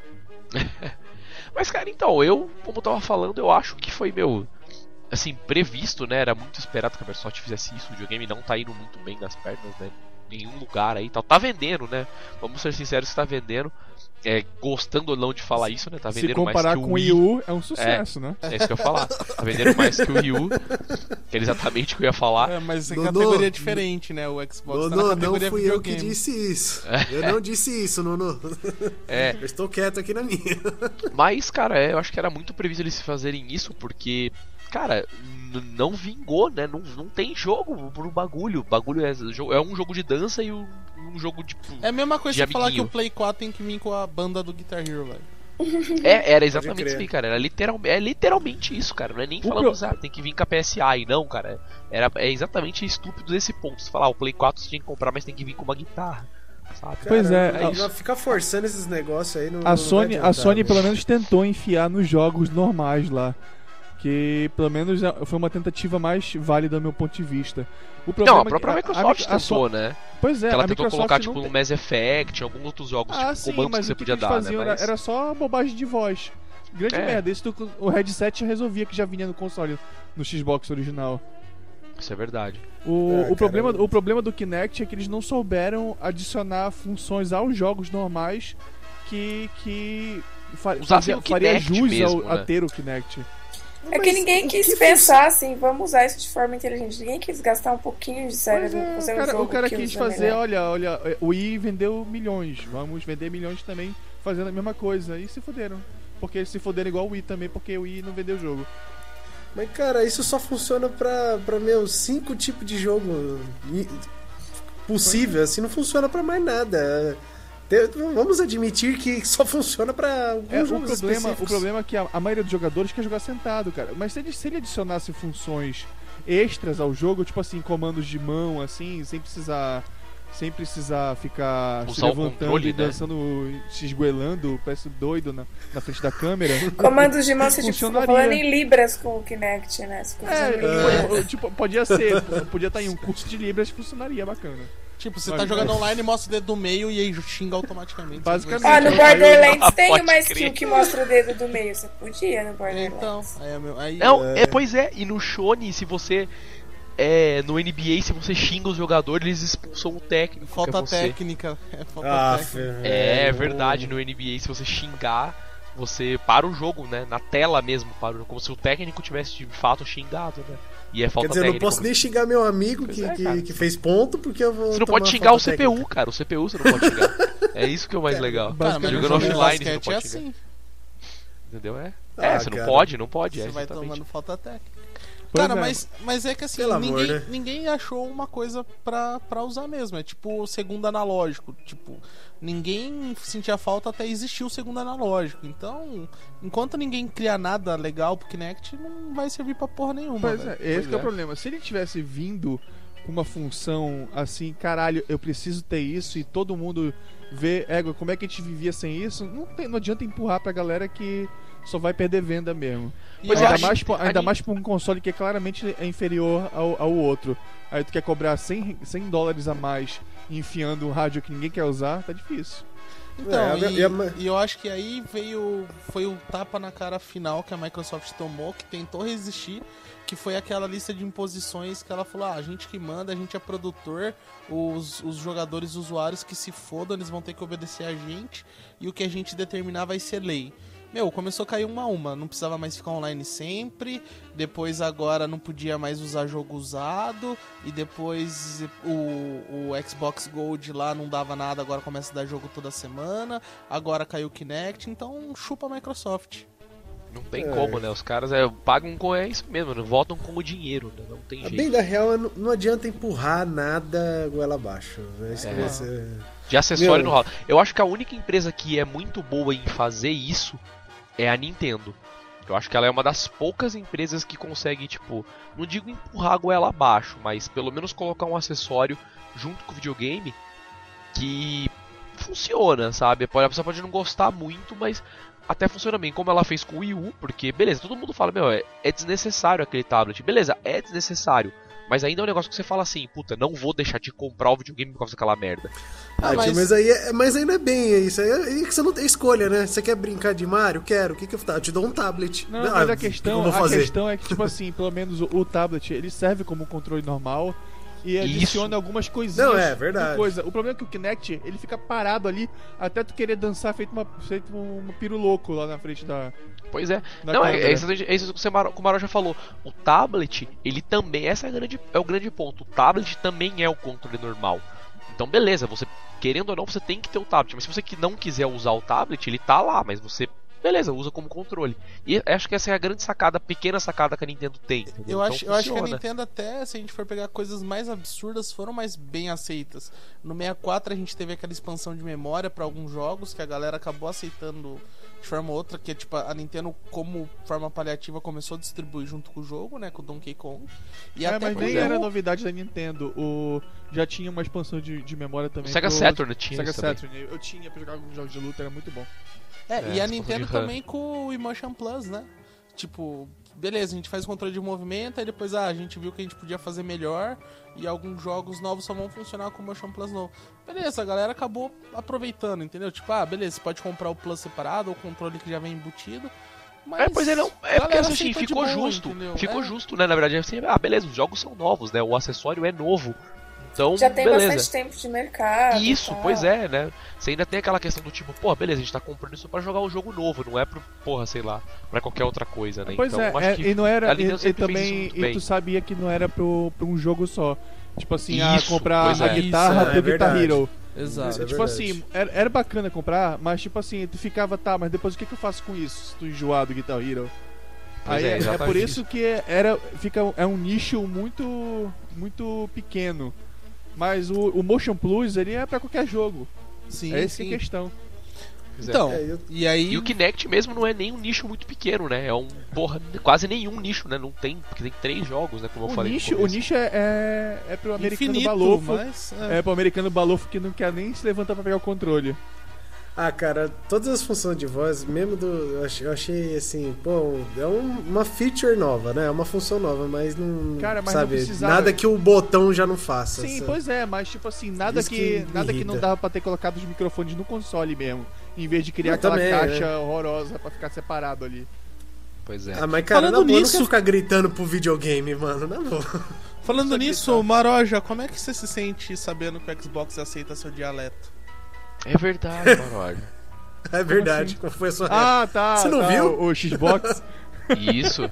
Mas, cara, então, eu, como eu tava falando, eu acho que foi, meu, assim, previsto, né? Era muito esperado que a Microsoft fizesse isso. O videogame não tá indo muito bem das pernas, né? Em nenhum lugar aí e tal. Tá vendendo, né? Vamos ser sinceros que tá vendendo. É, gostando ou não de falar isso, né? Tá Se vendendo mais comparar que o com o Wii. Wii U, é um sucesso, né? É isso que eu ia falar. Tá vendendo mais que o Wii U. Que era exatamente o que eu ia falar. É, mas é Dodô, categoria diferente, né? O Xbox tá Nuno, na não categoria fui eu que videogame. disse isso. Eu não disse isso, Nuno. É. Eu estou quieto aqui na minha. Mas, cara, é, eu acho que era muito previsto eles fazerem isso, porque, cara, n- não vingou, né? Não, não tem jogo pro bagulho. O bagulho é, é um jogo de dança e um, um jogo de. É a mesma coisa de que você falar que amiguinho. o Play quatro tem que vir com a banda do Guitar Hero, velho. É, era exatamente crer. isso aí, cara. Era literal, é literalmente isso, cara. Não é nem O falando, pro- ah, tem que vir com a P S A e não, cara. Era, é exatamente estúpido desse ponto. Você falar, ah, o Play quatro você tinha que comprar, mas tem que vir com uma guitarra. Sabe? Pois é, Cara, é isso. Ficar forçando esses negócios aí não A não Sony, vai a adiantar, Sony bicho. pelo menos tentou enfiar nos jogos normais lá. Que pelo menos é- foi uma tentativa mais válida do meu ponto de vista. O Não, a é que própria Microsoft a- a tentou, So- né? Pois é, Que ela a tentou Microsoft colocar, não tipo, tem- no Mass Effect, em alguns outros jogos, Ah, tipo, sim, comandos mas que você o que, podia eles dar, faziam né? era, Mas... era só bobagem de voz. Grande É. merda, isso tu- o headset resolvia que já vinha no console, no Xbox original. Isso é verdade. O, É, o, cara, problema, eu- o problema do Kinect é que eles não souberam adicionar funções aos jogos normais que, que fa Usassem fazia- o faria Kinect jus mesmo, ao, a né? ter o Kinect. É que Mas ninguém o quis que pensar assim, vamos usar isso de forma inteligente. Ninguém quis gastar um pouquinho de Pois cérebro é, fazer o um cara, jogo o cara que quis usa fazer, melhor. olha, olha, o Wii vendeu milhões, vamos vender milhões também fazendo a mesma coisa. E se fuderam. Porque se fuderam igual o Wii também, porque o Wii não vendeu o jogo. Mas, cara, isso só funciona pra, pra meu, cinco tipos de jogo i- possível, assim, não funciona pra mais nada. Te- Vamos admitir que só funciona pra alguns É, o, jogos problema, o específicos. problema é que a, a maioria dos jogadores quer jogar sentado, cara. Mas se ele, se ele adicionasse funções extras ao jogo, tipo assim, comandos de mão, assim, sem precisar. Sem precisar ficar se Usar o levantando controle, e né? dançando, se esgoelando, parece doido na, na frente da câmera. Comandos de mão, você tipo, ficou Funcionaria. falando em libras com o Kinect, né? Você ficou É, usando libras. é, tipo, podia ser, podia estar em um curso de Libras, funcionaria bacana. Tipo, você Mas- tá jogando online, mostra o dedo do meio e aí xinga automaticamente. Basicamente. Ah, no Aí- Borderlands Ah, tem pode uma skill crer. que mostra o dedo do meio. Você podia no Borderlands. Então, aí, é meu, aí Não, é, pois é, e no Shone, se você. É, no N B A, se você xinga os jogadores, eles expulsam o técnico. que falta é você. técnica. É falta Ah, técnica. fe- É verdade, no N B A, se você xingar, você para o jogo, né? Na tela mesmo, para o, como se o técnico tivesse de fato xingado, né? E é Quer falta dizer, eu não técnica. posso nem xingar meu amigo Pois que, é, que, cara. que fez ponto, porque eu vou. Você não tomar pode xingar o falta C P U, técnica. cara. O C P U você não pode xingar. É isso que é o mais legal. Cara, mas Jogando no jogo de offline você não basquete pode é xingar. assim. Entendeu? É, Ah, é você não cara. pode, não pode. Você é, vai exatamente. tomando falta técnica. Pois Cara, é. mas, mas é que assim, Pelo ninguém, amor, né? ninguém achou uma coisa pra, pra usar mesmo. É tipo o segundo analógico. Tipo, ninguém sentia falta até existir o segundo analógico. Então, enquanto ninguém criar nada legal pro Kinect, não vai servir pra porra nenhuma. Pois velho. é, esse Pois que é o é. problema. Se ele tivesse vindo com uma função assim, caralho, eu preciso ter isso e todo mundo vê, égua, como é que a gente vivia sem isso, não, tem, não adianta empurrar pra galera que só vai perder venda mesmo. E Pois eu é, ainda acho- mais, pra- a ainda Nin- mais pra um console que é claramente é inferior ao, ao outro. Aí tu quer cobrar cem, cem dólares a mais enfiando um rádio que ninguém quer usar, tá difícil. Então, É, e, e a- e eu acho que aí veio. Foi o tapa na cara final que a Microsoft tomou, que tentou resistir, que foi aquela lista de imposições que ela falou: ah, a gente que manda, a gente é produtor, os, os jogadores, usuários que se fodam, eles vão ter que obedecer a gente, e o que a gente determinar vai ser lei. Meu, começou a cair uma a uma, não precisava mais ficar online sempre, depois agora não podia mais usar jogo usado, e depois o, o Xbox Gold lá não dava nada, agora começa a dar jogo toda semana, agora caiu o Kinect, então chupa a Microsoft. Não tem É. como, né? Os caras é, pagam com é isso mesmo, né? Votam com o dinheiro, né? Não tem A jeito. bem da real, não, não adianta empurrar nada goela abaixo. Né? Isso É. que vai ser- De acessório Meu. não rola. Eu acho que a única empresa que é muito boa em fazer isso é a Nintendo. Eu acho que ela é uma das poucas empresas que consegue, tipo, não digo empurrar a goela abaixo, mas pelo menos colocar um acessório junto com o videogame que funciona, sabe? A pessoa pode não gostar muito, mas até funciona bem, como ela fez com o Wii U, porque, beleza, todo mundo fala, meu, é, é desnecessário aquele tablet. Beleza, é desnecessário. Mas ainda é um negócio que você fala assim, puta, não vou deixar de comprar o videogame por causa daquela merda. Ah, mas- tio, mas... aí é, mas aí não é bem isso. Aí, é- aí que você não tem escolha, né? Você quer brincar de Mario? Quero. O que que eu faço? Eu te dou um tablet. Não, Ah, mas o a que questão, eu vou a fazer? questão é que, tipo assim, pelo menos o, o tablet, ele serve como um controle normal e Isso. adiciona algumas coisinhas. Não, é de verdade. Coisa. O problema é que o Kinect, ele fica parado ali até tu querer dançar feito, uma, feito um, um piro louco lá na frente da... Pois é. Na não, é, câmera. é exatamente- é isso que o Maro- que o Maró já falou. O tablet, ele também, essa é, a grande, é o grande ponto. O tablet também é o controle normal. Então, beleza, você, querendo ou não, você tem que ter o tablet. Mas se você que não quiser usar o tablet, ele tá lá, mas você, beleza, usa como controle. E acho que essa é a grande sacada, a pequena sacada que a Nintendo tem. Entendeu? Eu, Então, acho, eu acho que a funciona. Nintendo até, se a gente for pegar coisas mais absurdas, foram mais bem aceitas. No sessenta e quatro a gente teve aquela expansão de memória pra alguns jogos que a galera acabou aceitando de forma ou outra, que é tipo a Nintendo como forma paliativa começou a distribuir junto com o jogo, né, com o Donkey Kong. E É, até mas pro nem Wii U- era novidade da Nintendo. O... Já tinha uma expansão de, de memória O também. Sega pro- Saturn tinha Sega isso também. Saturn. Eu tinha pra jogar alguns jogos de luta, era muito bom. É, É, e a expansão Nintendo de RAM. também com o Emotion Plus, né? Tipo, beleza, a gente faz o controle de movimento, aí depois ah, a gente viu que a gente podia fazer melhor e alguns jogos novos só vão funcionar com o Motion Plus novo. Beleza, a galera acabou aproveitando, entendeu? Tipo, ah, beleza, você pode comprar o Plus separado ou o controle que já vem embutido. Mas É, pois é, não. a É porque galera assim, aceitou de ficou boa, justo. entendeu? Ficou É. justo, né? Na verdade, assim, ah, beleza, os jogos são novos, né? O acessório é novo. Então, Já tem beleza. bastante tempo de mercado. e Isso, tal. pois é, né? Você ainda tem aquela questão do tipo, pô, beleza, a gente tá comprando isso pra jogar um jogo novo, não é pro, porra, sei lá, pra qualquer outra coisa, né? Pois então, é, acho é, que e não era. a E, Nintendo e sempre fez isso também. muito E bem. tu sabia que não era pro, pro um jogo só. Tipo assim, ah, Isso, comprar pois a é. guitarra Isso, pro é Guitar verdade. Hero. Exato. Isso é tipo verdade. assim, era, era bacana comprar, mas tipo assim, tu ficava, tá, mas depois o que, que eu faço com isso? Se tu enjoar do Guitar Hero. Pois Aí é, é, é exatamente por isso que era, fica, é um nicho muito, muito pequeno. Mas o, o Motion Plus, ele é pra qualquer jogo. Sim, é essa que sim. é a questão. Pois é. Então, É, eu- e aí... E o Kinect mesmo não é nem um nicho muito pequeno, né? É um, porra, quase nenhum nicho, né? Não tem, porque tem três jogos, né? Como eu O falei no nicho, o começo. nicho é, é, é pro americano infinito, balofo. mas... é. É pro americano balofo que não quer nem se levantar pra pegar o controle. Ah, cara, todas as funções de voz, mesmo do. Eu achei, eu achei assim, pô, é um- uma feature nova, né? É uma função nova, mas não. Cara, mas não sabe, precisava. nada que o botão já não faça. Sim, sabe? pois é, mas tipo assim, nada Isso que, que nada que não irrita. dava pra ter colocado os microfones no console mesmo. Em vez de criar Eu aquela também, caixa né? horrorosa pra ficar separado ali. Pois é. Ah, mas cara, Falando na boa, eu não nisso- quero ficar gritando pro videogame, mano, na boa. Falando Só nisso, gritar. Maroja, como é que você se sente sabendo que o Xbox aceita seu dialeto? É verdade, mano. É verdade, qual foi a sua Ah, tá. Você não tá, viu? O, o Xbox. Isso.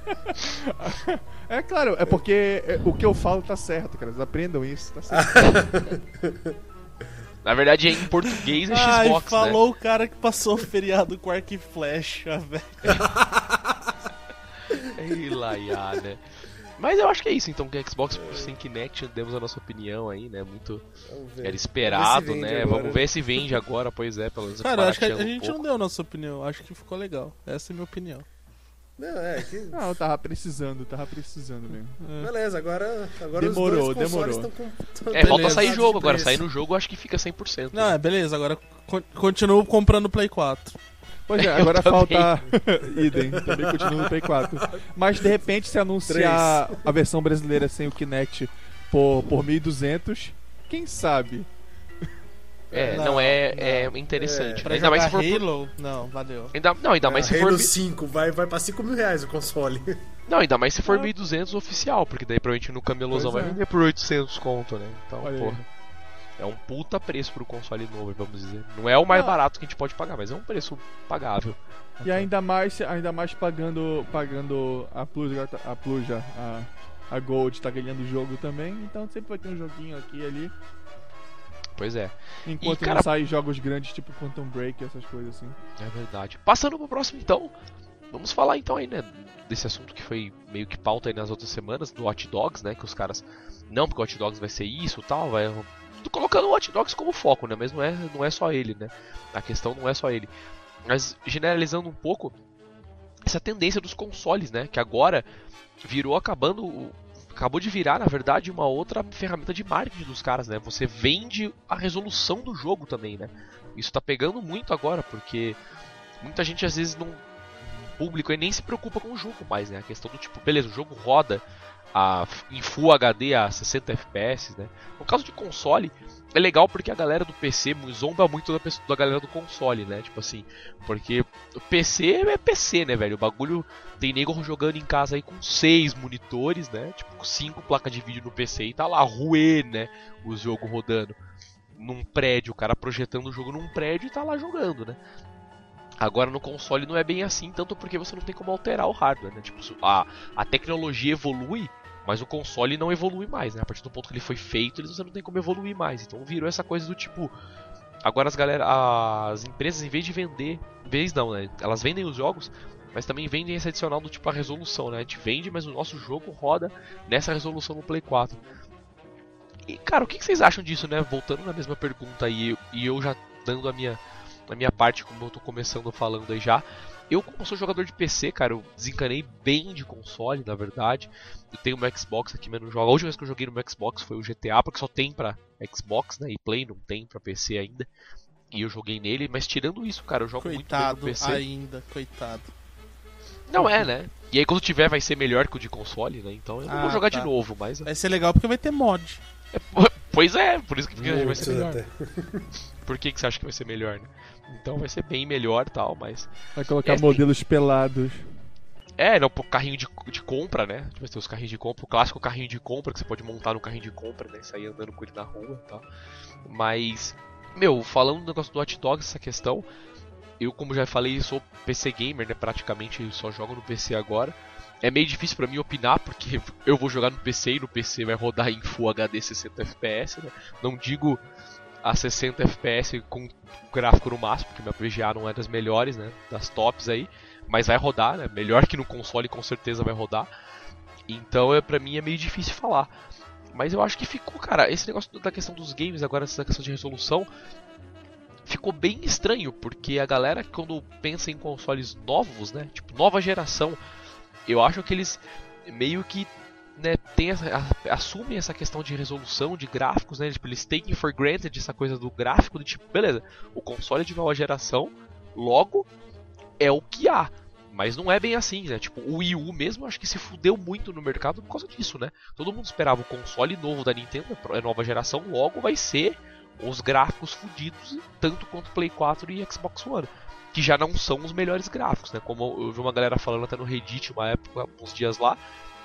É claro, é porque é, o que eu falo tá certo, cara. Eles aprendam isso, tá certo. Na verdade, em português é Ai, Xbox, né? falou o cara que passou o feriado com arco e flecha, velho. Ei, Laia, né? Mas eu acho que é isso, então, que a Xbox sem Kinect, demos a nossa opinião aí, né? Muito era esperado, né? Agora. Vamos ver se vende agora, pois é, pelo menos. Cara, eu acho que a, a barateando um gente pouco. não deu a nossa opinião. Acho que ficou legal. Essa é a minha opinião. Não, é que... Não, tava precisando, tava precisando mesmo. Beleza, agora, agora Demorou, os dois consoles demorou. estão com... tão É, falta Beleza. sair jogo de agora. preço. Sair no jogo, eu acho que fica cem por cento. Não, é beleza. Agora con- continuo comprando Play quatro. Pois é, Eu agora também. falta. Idem, também continua no Play quatro. Mas de repente, se anunciar a versão brasileira sem o Kinect por, por mil e duzentos, quem sabe? É, Não, não, é, não. é interessante. Pra ainda mais se jogar for. por- Halo, não, valeu. Ainda, não, ainda mais se É, for. Halo mi- cinco, vai, vai pra cinco mil reais o console. Não, ainda mais se for Ah. mil e duzentos oficial, porque daí provavelmente no camelosão Pois vai é. vender por oitocentos conto, né? Então, Olha aí. porra. É um puta preço pro console novo, vamos dizer. Não é o mais Não. barato que a gente pode pagar, mas é um preço pagável. E ainda mais, ainda mais pagando, pagando a Plus, a Plus já, a, a Gold tá ganhando o jogo também, então sempre vai ter um joguinho aqui e ali. Pois é, Enquanto E, cara- não saem jogos grandes tipo Quantum Break e essas coisas assim. é verdade. Passando pro próximo então, vamos falar então aí, né, desse assunto que foi meio que pauta aí nas outras semanas, do Watch Dogs, né, que os caras, não porque o Watch Dogs vai ser isso e tal, vai tô colocando o Watch Dogs como foco, né, mas não é, não é só ele, né, a questão não é só ele. Mas generalizando um pouco, essa tendência dos consoles, né, que agora virou acabando, acabou de virar, na verdade, uma outra ferramenta de marketing dos caras, né, você vende a resolução do jogo também, né, isso tá pegando muito agora, porque muita gente às vezes não, o público aí nem se preocupa com o jogo mais, né, a questão do tipo, beleza, o jogo roda a, em Full H D a sessenta F P S, né, no caso de console, é legal porque a galera do P C zomba muito da, pessoa, da galera do console, né? Tipo assim, porque o P C é P C, né, velho? O bagulho tem nego jogando em casa aí com seis monitores, né? Tipo, cinco placas de vídeo no P C e tá lá, ruê, né? O jogo rodando num prédio, o cara projetando o jogo num prédio e tá lá jogando, né? Agora no console não é bem assim, tanto porque você não tem como alterar o hardware, né? Tipo, a, a tecnologia evolui, mas o console não evolui mais, né? A partir do ponto que ele foi feito, você não tem como evoluir mais. Então virou essa coisa do tipo... Agora as galera, as empresas, em vez de vender... Em vez não, né? Elas vendem os jogos, mas também vendem esse adicional do tipo a resolução, né? A gente vende, mas o nosso jogo roda nessa resolução no Play quatro. E, cara, o que vocês acham disso, né? Voltando na mesma pergunta aí, e eu já dando a minha, a minha parte, como eu tô começando falando aí já... Eu, como sou jogador de P C, cara, eu desencanei bem de console, na verdade. Eu tenho meu Xbox aqui, mas não jogo. A última vez que eu joguei no meu Xbox foi o G T A, porque só tem pra Xbox, né? E Play não tem pra P C ainda. E eu joguei nele, mas tirando isso, cara, eu jogo Coitado muito bem no P C. ainda, coitado. Não é, né? E aí quando tiver vai ser melhor que o de console, né? Então eu não Ah, vou jogar tá. de novo, mas... Vai ser legal porque vai ter mod. Pois é, por isso que vai ser melhor. até. Por que, que você acha que vai ser melhor, né? Então vai ser bem melhor e tal, mas... Vai colocar É, modelos pelados. É, não, pro carrinho de, de compra, né? Vai ter os carrinhos de compra, o clássico carrinho de compra que você pode montar no carrinho de compra, né? Sair andando com ele na rua e tal. Mas, meu, falando do negócio do Watch Dogs, essa questão, eu, como já falei, sou P C gamer, né? Praticamente só jogo no P C agora. É meio difícil pra mim opinar, porque eu vou jogar no P C e no P C vai rodar em Full H D sessenta F P S, né? Não digo a sessenta F P S com gráfico no máximo, porque minha V G A não é das melhores, né? Das tops aí. Mas vai rodar, né? Melhor que no console, com certeza vai rodar. Então, é, pra mim, é meio difícil falar. Mas eu acho que ficou, cara, esse negócio da questão dos games, agora essa questão de resolução, ficou bem estranho, porque a galera, quando pensa em consoles novos, né? Tipo, nova geração, eu acho que eles meio que, né, tem essa, a, assumem essa questão de resolução, de gráficos, né? Tipo, eles taking for granted essa coisa do gráfico, de tipo, beleza, o console é de nova geração, logo é o que há. Mas não é bem assim, né? Tipo, o Wii U mesmo, acho que se fudeu muito no mercado por causa disso, né? Todo mundo esperava o console novo da Nintendo, é nova geração, logo vai ser os gráficos fudidos, tanto quanto Play quatro e Xbox One. Que já não são os melhores gráficos, né? Como eu vi uma galera falando até no Reddit uma época, uns dias lá,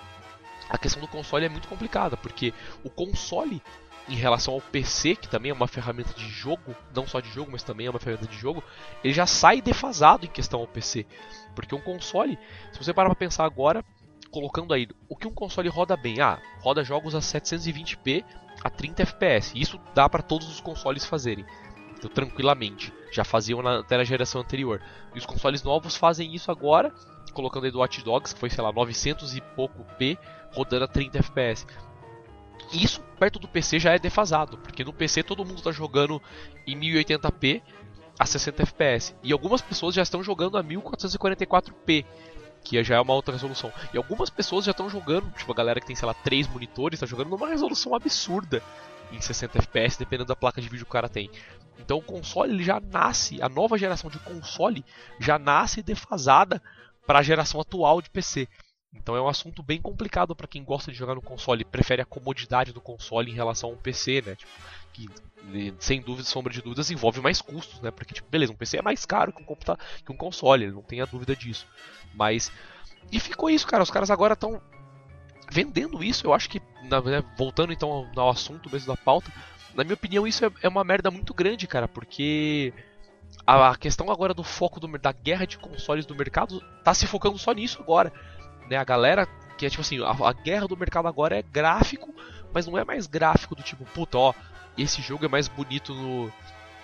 a questão do console é muito complicada, porque o console, em relação ao P C, que também é uma ferramenta de jogo, não só de jogo, mas também é uma ferramenta de jogo, ele já sai defasado em questão ao P C. Porque um console, se você parar pra pensar agora, colocando aí, o que um console roda bem? Ah, roda jogos a setecentos e vinte p a trinta F P S. Isso dá pra todos os consoles fazerem, então, tranquilamente. Já faziam na, até na geração anterior. E os consoles novos fazem isso agora colocando aí do Watch Dogs, que foi, sei lá, novecentos e pouco p, rodando a trinta F P S. Isso, perto do P C, já é defasado, porque no P C todo mundo está jogando em mil e oitenta p a sessenta F P S. E algumas pessoas já estão jogando a mil quatrocentos e quarenta e quatro p, que já é uma outra resolução. E algumas pessoas já estão jogando, tipo a galera que tem, sei lá, três monitores, está jogando numa resolução absurda em sessenta F P S, dependendo da placa de vídeo que o cara tem. Então o console ele já nasce, a nova geração de console já nasce defasada para a geração atual de P C. Então é um assunto bem complicado para quem gosta de jogar no console, prefere a comodidade do console em relação ao P C, né? Tipo, que sem dúvida, sombra de dúvidas, envolve mais custos, né? Porque, tipo, beleza, um P C é mais caro que um, computa- que um console, não tenha dúvida disso. Mas, e ficou isso, cara, os caras agora estão vendendo isso, eu acho que, na, né, voltando então ao, ao assunto mesmo da pauta, na minha opinião isso é, é uma merda muito grande, cara, porque a, a questão agora do foco do, da guerra de consoles do mercado tá se focando só nisso agora. Né, a galera que é tipo assim, a, a guerra do mercado agora é gráfico, mas não é mais gráfico do tipo, puta, ó, esse jogo é mais bonito no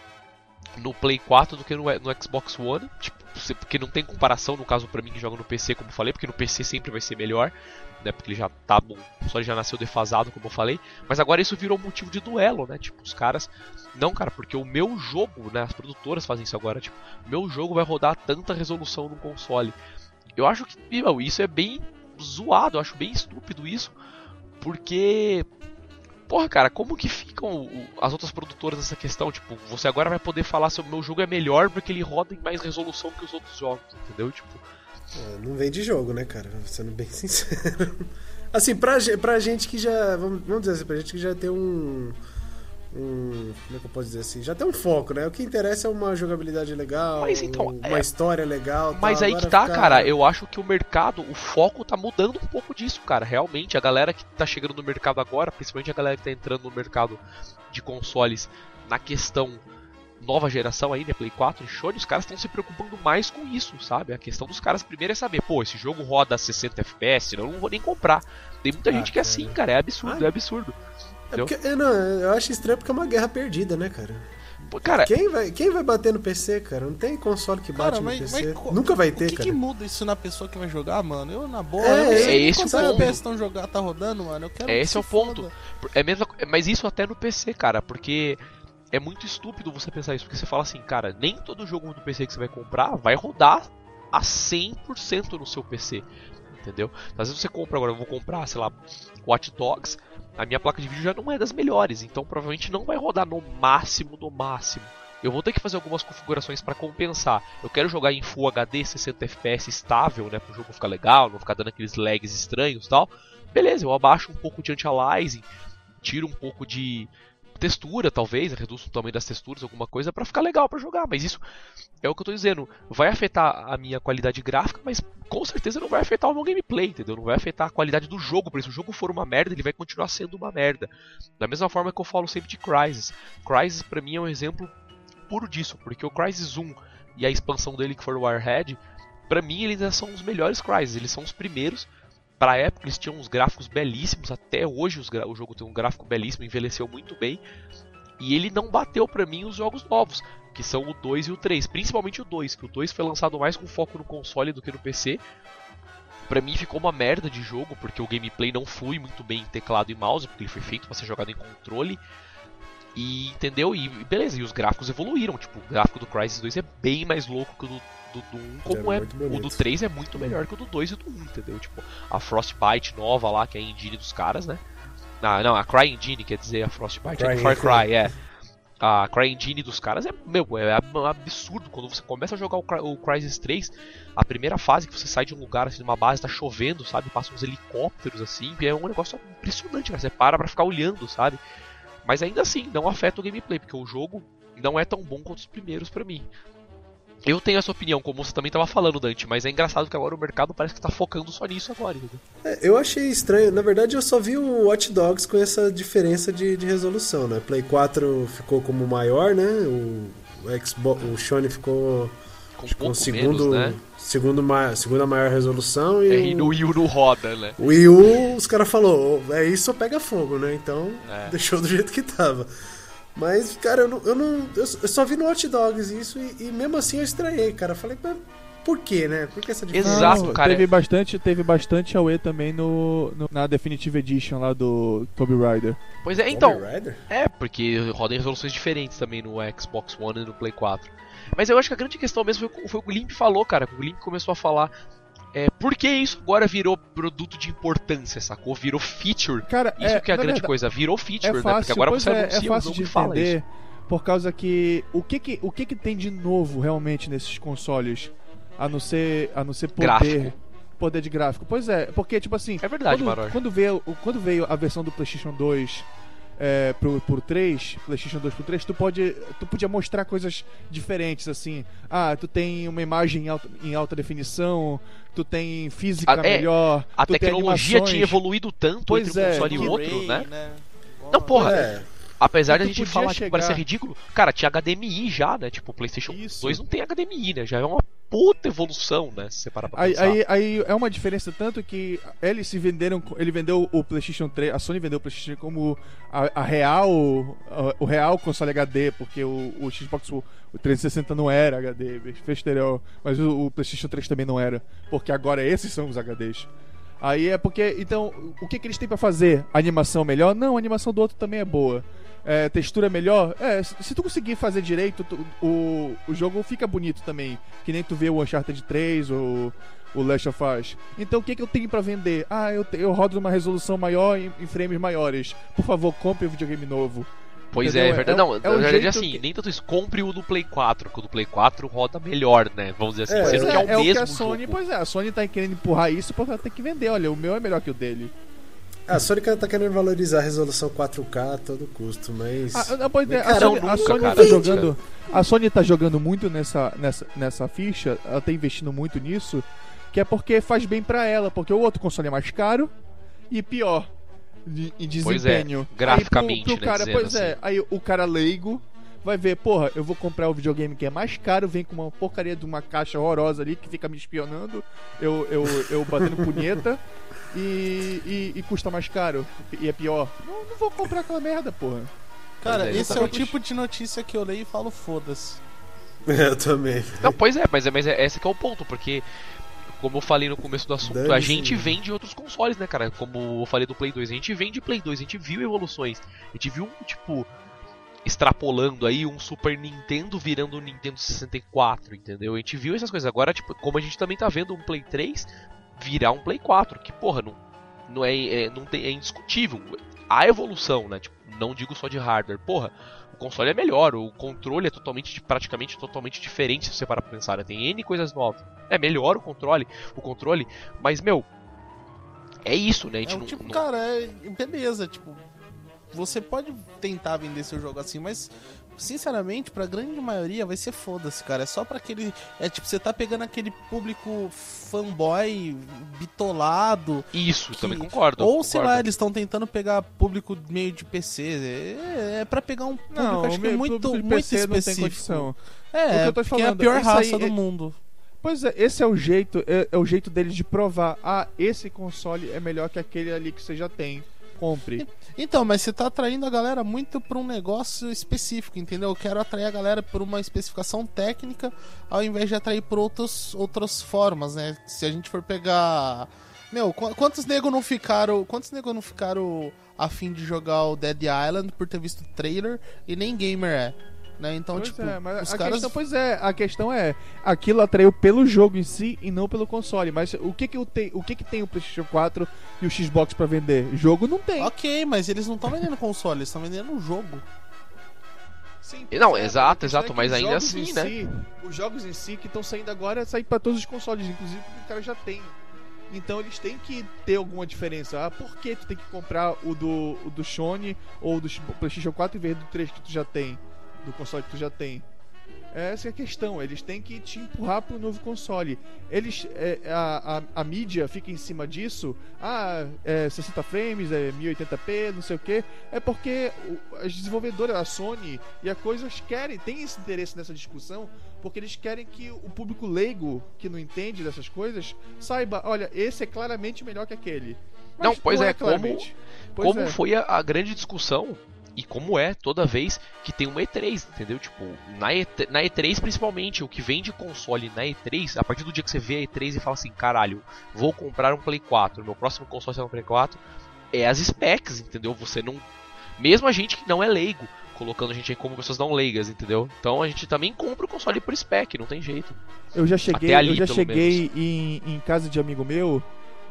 no Play quatro do que no, no Xbox One, tipo, porque não tem comparação no caso pra mim que joga no P C, como eu falei, porque no P C sempre vai ser melhor, né, porque ele já tá bom, só ele já nasceu defasado, como eu falei, mas agora isso virou motivo de duelo, né, tipo, os caras, não cara, porque o meu jogo, né, as produtoras fazem isso agora, tipo, meu jogo vai rodar tanta resolução no console. Eu acho que, meu, isso é bem zoado, eu acho bem estúpido isso, porque, porra, cara, como que ficam as outras produtoras nessa questão? Tipo, você agora vai poder falar se o meu jogo é melhor porque ele roda em mais resolução que os outros jogos, entendeu? Tipo, é, não vende jogo, né, cara? Sendo bem sincero. Assim, pra, pra gente que já, vamos, vamos dizer assim, pra gente que já tem um... Um, como é que eu posso dizer assim? Já tem um foco, né? O que interessa é uma jogabilidade legal, mas, então, uma é... história legal. Mas tal. aí Agora que tá, ficar... cara. Eu acho que o mercado, o foco tá mudando um pouco disso, cara. Realmente, a galera que tá chegando no mercado agora, principalmente a galera que tá entrando no mercado de consoles na questão nova geração aí, né? Play quatro e Sony, os caras estão se preocupando mais com isso, sabe? A questão dos caras primeiro é saber, pô, esse jogo roda a sessenta F P S, senão eu não vou nem comprar. Tem muita ah, gente que é assim, cara. É absurdo, ah. é absurdo. É porque, eu, não, eu acho estranho porque é uma guerra perdida, né, cara? Pô, cara, quem vai, quem vai bater no P C, cara? Não tem console que bate cara, mas, no P C. Mas, Nunca vai ter, o que cara. O que muda isso na pessoa que vai jogar, mano? Eu, na boa, é, eu não sei é esse o ponto. P S estão jogar, tá rodando, mano. Eu quero é esse que é o ponto. Foda. É mesmo, mas isso até no P C, cara, porque é muito estúpido você pensar isso, porque você fala assim, cara, nem todo jogo do P C que você vai comprar vai rodar a cem por cento no seu P C. Entendeu? Às vezes você compra agora, eu vou comprar, sei lá, Watch Dogs, a minha placa de vídeo já não é das melhores, então provavelmente não vai rodar no máximo do máximo. Eu vou ter que fazer algumas configurações para compensar. Eu quero jogar em Full H D, sessenta F P S estável, né, para o jogo ficar legal, não ficar dando aqueles lags estranhos e tal. Beleza, eu abaixo um pouco de anti-aliasing, tiro um pouco de textura, talvez, reduzo o tamanho das texturas, alguma coisa, pra ficar legal pra jogar, mas isso é o que eu tô dizendo, vai afetar a minha qualidade gráfica, mas com certeza não vai afetar o meu gameplay, entendeu? Não vai afetar a qualidade do jogo, por isso, se o jogo for uma merda, ele vai continuar sendo uma merda. Da mesma forma que eu falo sempre de Crysis. Crysis pra mim é um exemplo puro disso, porque o Crysis um e a expansão dele que for o Warhead, pra mim eles ainda são os melhores Crysis, eles são os primeiros. Pra época eles tinham uns gráficos belíssimos, até hoje os gra- o jogo tem um gráfico belíssimo, envelheceu muito bem. E ele não bateu pra mim os jogos novos, que são o dois e o três, principalmente o dois, que o dois foi lançado mais com foco no console do que no P C. Pra mim ficou uma merda de jogo, porque o gameplay não flui muito bem em teclado e mouse, porque ele foi feito pra ser jogado em controle. E entendeu? E beleza, e os gráficos evoluíram, tipo, o gráfico do Crysis dois é bem mais louco que o do Do, do um, como é, é o do três é muito melhor que o do dois e do um, entendeu? Tipo, a Frostbite nova lá, que é a engine dos caras, né? Ah, não, a Cry Engine, quer dizer, a Frostbite é do Far Cry, é. A Cry Engine dos caras é, meu, é absurdo. Quando você começa a jogar o, Cry, o Crysis três, a primeira fase que você sai de um lugar, assim, numa base, tá chovendo, sabe? Passam uns helicópteros, assim, é um negócio impressionante, cara. Você para pra ficar olhando, sabe? Mas ainda assim, não afeta o gameplay, porque o jogo não é tão bom quanto os primeiros pra mim. Eu tenho essa opinião, como você também estava falando, Dante, mas é engraçado que agora o mercado parece que está focando só nisso agora. É, eu achei estranho. Na verdade, eu só vi o Watch Dogs com essa diferença de, de resolução, né? Play quatro ficou como maior, né? O, o Xbox, o Sony ficou com, com segundo, menos, né? segundo ma, segunda maior resolução e, é, e no Wii U não roda, né? O Wii U, os caras falaram, é isso ou pega fogo, né? Então, é. deixou do jeito que tava. Mas, cara, eu, não, eu, não, eu só vi no Watch Dogs isso e, e mesmo assim eu estranhei, cara. Eu falei, Por quê, né? Por que essa diferença? Exato, Não, cara. Teve bastante, teve bastante Away também no, no- na Definitive Edition lá do Tomb Raider. Pois é, então. Tomb Raider? É, porque roda em resoluções diferentes também no Xbox One e no Play quatro. Mas eu acho que a grande questão mesmo foi, foi o que o Limp falou, cara. O Limp começou a falar. É, por que isso agora virou produto de importância, sacou? Virou feature. Cara, Isso é, que é a na grande verdade, coisa, virou feature, É né? fácil, Porque agora pois você é, anuncia é um fácil jogo de e fala isso. entender, por causa que o que que, o que que tem de novo realmente nesses consoles, a não ser, a não ser poder, Gráfico. poder de gráfico. Pois é, porque tipo assim, É verdade, quando, Maror. quando veio, quando veio a versão do PlayStation dois é, pro, pro três, PlayStation dois pro três, tu pode, tu podia mostrar coisas diferentes assim. Ah, tu tem uma imagem em alta, em alta definição, tu tem física Ah, é, melhor, A tu tem tecnologia animações. tinha evoluído tanto Pois entre um é, console e que outro, Ray, né? Não, porra. É. Apesar Tu de a gente podia falar que chegar- parecia ridículo, cara, tinha H D M I já, né? Tipo, o PlayStation Isso. dois não tem H D M I, né? Já é uma puta evolução, né? Se você parar pra Aí, pensar. aí, aí é uma diferença tanto que eles se venderam, ele vendeu o PlayStation três, a Sony vendeu o PlayStation como a, a real, a- o real console H D, porque o, o Xbox o, o trezentos e sessenta não era H D, fez exterior, mas o, o PlayStation três também não era, porque agora esses são os H Ds. Aí é porque, então, o que, que eles têm pra fazer? A animação melhor? Não, a animação do outro também é boa. É, textura melhor? É, se, se tu conseguir fazer direito, tu- o, o jogo fica bonito também. Que nem tu vê o Uncharted três ou o Last of Us. Então o que, que eu tenho pra vender? Ah, eu, te- eu rodo numa resolução maior em, em frames maiores. Por favor, compre um videogame novo. Pois Entendeu? é, é verdade. É- não, é na o verdade, jeito assim, que- nem tanto isso. Compre o do Play quatro, que o do Play quatro roda melhor, né? Vamos dizer assim. É, Sendo Pois que é o é, o mesmo que a Sony, jogo. pois é, a Sony tá querendo empurrar isso porque ela tem que vender. Olha, o meu é melhor que o dele. A Sony tá querendo valorizar a resolução quatro K a todo custo, mas. Ah, não, pois é, a Cara, Sony, a nunca, Sony cara. tá jogando. A Sony tá jogando muito nessa, nessa, nessa ficha, ela tá investindo muito nisso, que é porque faz bem pra ela, porque o outro console é mais caro e pior de- em Pois é, desempenho. graficamente, Aí pro, pro né, cara, dizendo pois é, assim. aí o cara leigo vai ver, porra, eu vou comprar o videogame que é mais caro, vem com uma porcaria de uma caixa horrorosa ali que fica me espionando, eu, eu, eu batendo punheta. E, e, e custa mais caro e é pior. Não, não vou comprar aquela merda, porra. Cara, Pois é, esse é o exatamente. tipo de notícia que eu leio e falo foda-se. Eu também. Não, pois é, mas, é, mas é, esse que é o ponto, porque, como eu falei no começo do assunto, a Dane-se. gente vende outros consoles, né, cara? Como eu falei do Play dois, a gente vende Play dois, a gente viu evoluções, a gente viu, tipo, extrapolando aí um Super Nintendo virando um Nintendo sessenta e quatro, entendeu? A gente viu essas coisas. Agora, tipo, como a gente também tá vendo um Play três virar um Play quatro, que, porra, não, não é, é, não tem, é indiscutível. A evolução, né? Tipo, não digo só de hardware, porra. O console é melhor, o controle é totalmente, praticamente totalmente diferente se você parar pra pensar, né? Tem N coisas novas. É melhor o controle, o controle, mas, meu, é isso, né? A gente É um não, tipo, não- cara, é, beleza, tipo, você pode tentar vender seu jogo assim, mas sinceramente, pra grande maioria vai ser foda-se, cara. É só pra aquele. É tipo, você tá pegando aquele público fanboy bitolado. Isso, que- também concordo. Ou sei concordo. lá, eles estão tentando pegar público meio de P C. É, é pra pegar um público, Não, acho o que é meu muito, público de muito P C não tem específico. condição. É, O que eu tô porque é a falando, pior isso aí raça é- do mundo. Pois é, esse é o jeito, é, é o jeito deles de provar, ah, esse console é melhor que aquele ali que você já tem. Compre. Então, mas você tá atraindo a galera muito pra um negócio específico, entendeu? Eu quero atrair a galera por uma especificação técnica, ao invés de atrair por outros, outras formas, né? Se a gente for pegar. Meu, qu- quantos nego não ficaram. Quantos nego não ficaram a fim de jogar o Dead Island por ter visto o trailer e nem gamer é? Né? Então, Pois tipo, é, mas os a caras. questão, pois é, a questão é, aquilo atraiu pelo jogo em si e não pelo console. Mas o que que, o tem, o, que, que tem o PlayStation quatro e o Xbox pra vender? Jogo não tem. Ok, mas eles não estão vendendo console, eles estão vendendo um jogo. Sim, Não, pois é, exato, a questão exato, é que mas os ainda jogos assim, em né? si- os jogos em si que estão saindo agora saem pra todos os consoles, inclusive porque o cara já tem. Então eles têm que ter alguma diferença. Ah, por que tu tem que comprar o do, o do Sony ou do PlayStation quatro em vez do três que tu já tem? Do console que tu já tem? Essa é a questão, eles têm que te empurrar pro novo console. Eles, é, a, a, a mídia fica em cima disso. Ah, é sessenta frames, é mil e oitenta p, não sei o que. É porque o- as desenvolvedoras, a Sony e a coisas querem, tem esse interesse nessa discussão, porque eles querem que o público leigo, que não entende dessas coisas, saiba, olha, esse é claramente melhor que aquele. Mas Não, pois é, como- claramente. Pois Como é. foi a, a grande discussão, e como é toda vez que tem uma E três, entendeu? Tipo, na, E, na E três principalmente, o que vende console na E três, a partir do dia que você vê a E três e fala assim, caralho, vou comprar um Play quatro, meu próximo console será um Play quatro, é as specs, entendeu? Você não... Mesmo a gente que não é leigo, colocando a gente aí como pessoas não leigas, entendeu? Então a gente também compra o console por spec, não tem jeito. Eu já cheguei, ali, eu já cheguei em, em casa de amigo meu,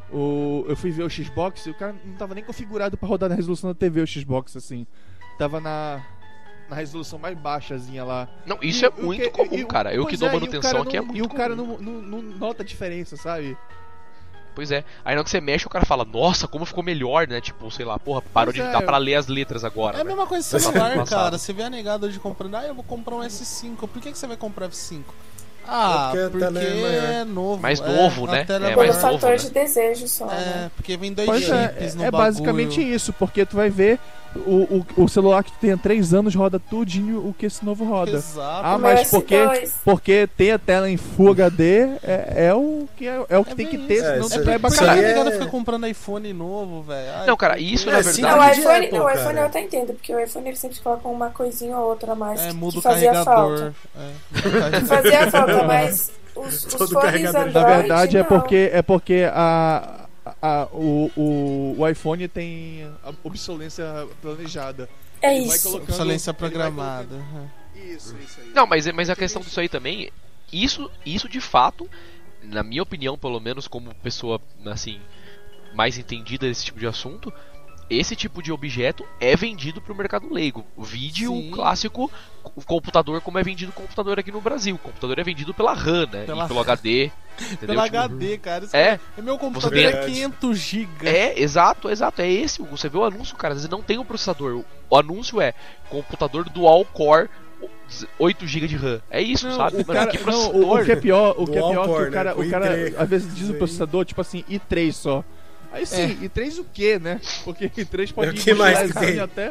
o, eu fui ver o Xbox e o cara não tava nem configurado pra rodar na resolução da T V o Xbox, assim. Tava na, na resolução mais baixazinha lá. Não, isso E é o muito que- comum, e o- cara. Eu que pois dou é, e o manutenção cara aqui é não- muito E o cara comum. não, não, não nota a diferença, sabe? Pois é. Aí na hora que você mexe, o cara fala, nossa, como ficou melhor, né? Tipo, sei lá, porra, parou Pois de é. dar pra ler as letras agora. É a né? mesma coisa Passado. celular, Passado. cara. Você vê a negada hoje comprando, ah, eu vou comprar um S cinco. Por que, que você vai comprar F cinco? Ah, É porque porque, a tela é maior. é novo. Mais é, novo, a né? tela É, é Pelo mais maior. novo, fator né? de desejo só, É, né? porque vem dois Pois chips é, no é bagulho. basicamente isso, porque tu vai ver o, o, o celular que tu tem há três anos roda tudinho o que esse novo roda. Exato. Ah, O mas meu porque, S dois. porque ter a tela em Full H D é, é o que, é, é o que É tem que bem ter, isso. senão É, tu isso vai aí- Porque isso a aí bacana. é- negada fica comprando iPhone novo, velho. Ai, Não, cara, isso na É, verdade... Não, o Não, de iPhone, Apple, o iPhone cara. eu até entendo, porque o iPhone ele sempre coloca uma coisinha ou outra a mais É, que, muda que o fazia carregador. falta. É, muda o carregador. Fazia falta, mas os, os Todo fones carregador. Android, Na verdade é não. porque, é porque a, a, o, o, o iPhone tem a obsolência planejada. É Ele vai isso. colocando- Obsolência ele vai programada. colocando- Isso, isso aí. Não, mas, mas a questão disso aí também, isso, isso de fato, na minha opinião, pelo menos como pessoa, assim, mais entendida desse tipo de assunto, esse tipo de objeto é vendido pro mercado leigo. Vide Sim. o clássico c- computador como é vendido o computador aqui no Brasil. O computador é vendido pela RAM, né? Pela- E pelo H D. Entendeu? Pelo Tipo, H D, cara. Isso É. é meu computador vê- é quinhentos gigas. É, exato, exato. É esse. Você vê o anúncio, cara. Às vezes não tem um processador. O anúncio é computador dual core, oito gigas de RAM. É isso, Não, sabe? o Mano, cara, que não, processador. o, o que é pior, o que é Dual pior é que core, o cara, né? o Com cara i três. às vezes diz o Sim. processador, tipo assim, i três só. Aí sim, i três o quê, né? Porque i três pode É o ir que mais mochilazinho que tem? até.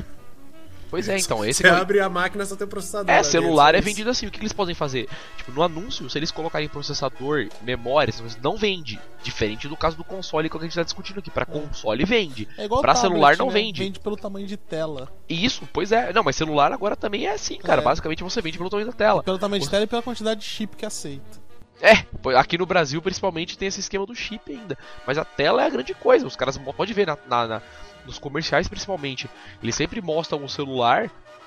Pois é, então. Esse Você que é o- abre a máquina, só tem processador. É, lá celular é dentro. vendido assim. O que que eles podem fazer? Tipo, no anúncio, se eles colocarem processador, memória, essas coisas, não vende. Diferente do caso do console que a gente tá discutindo aqui. Pra console vende. É igual Pra tablet, celular não né? vende. Vende pelo tamanho de tela. Isso, pois é. Não, mas celular agora também é assim, cara. É. Basicamente você vende pelo tamanho da tela. Pelo tamanho de tela e pela quantidade de chip que aceita. É, pô, aqui no Brasil principalmente tem esse esquema do chip ainda. Mas a tela é a grande coisa. Os caras mo- pode ver na, na- na- nos comerciais principalmente. Eles sempre mostram o celular,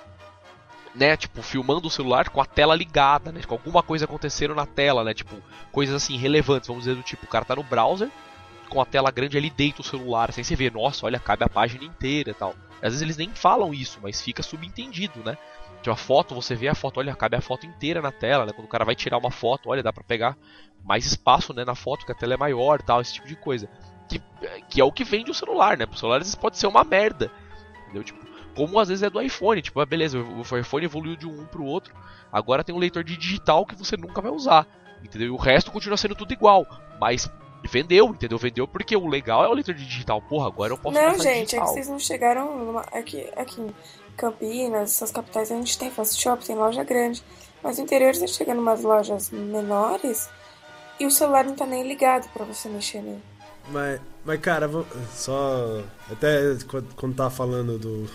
né? Tipo, filmando o celular com a tela ligada, né? Com alguma coisa acontecendo na tela, né? Tipo, coisas assim relevantes, vamos dizer do tipo, o cara tá no browser, com a tela grande ali deita o celular, assim você vê, nossa, olha, cabe a página inteira e tal. Às vezes eles nem falam isso, mas fica subentendido, né? Tipo, a foto, você vê a foto, olha, cabe a foto inteira na tela, né? Quando o cara vai tirar uma foto, olha, dá pra pegar mais espaço, né, na foto, que a tela é maior e tal, esse tipo de coisa. Que, que é o que vende o celular, né? O celular às vezes pode ser uma merda, entendeu? Tipo, como às vezes é do iPhone, tipo, ah, beleza, o iPhone evoluiu de um pro outro, agora tem um leitor de digital que você nunca vai usar, entendeu? E o resto continua sendo tudo igual, mas vendeu, entendeu? Vendeu porque o legal é o leitor de digital. Porra, agora eu posso Não, gente, passar é que digital. vocês não chegaram numa... aqui, aqui em Campinas, essas capitais, a gente tem fast shop, tem loja grande. Mas no interior você chega em umas lojas menores e o celular não tá nem ligado pra você mexer nele. Mas, mas cara, vou- só. Até quando quando tava falando do.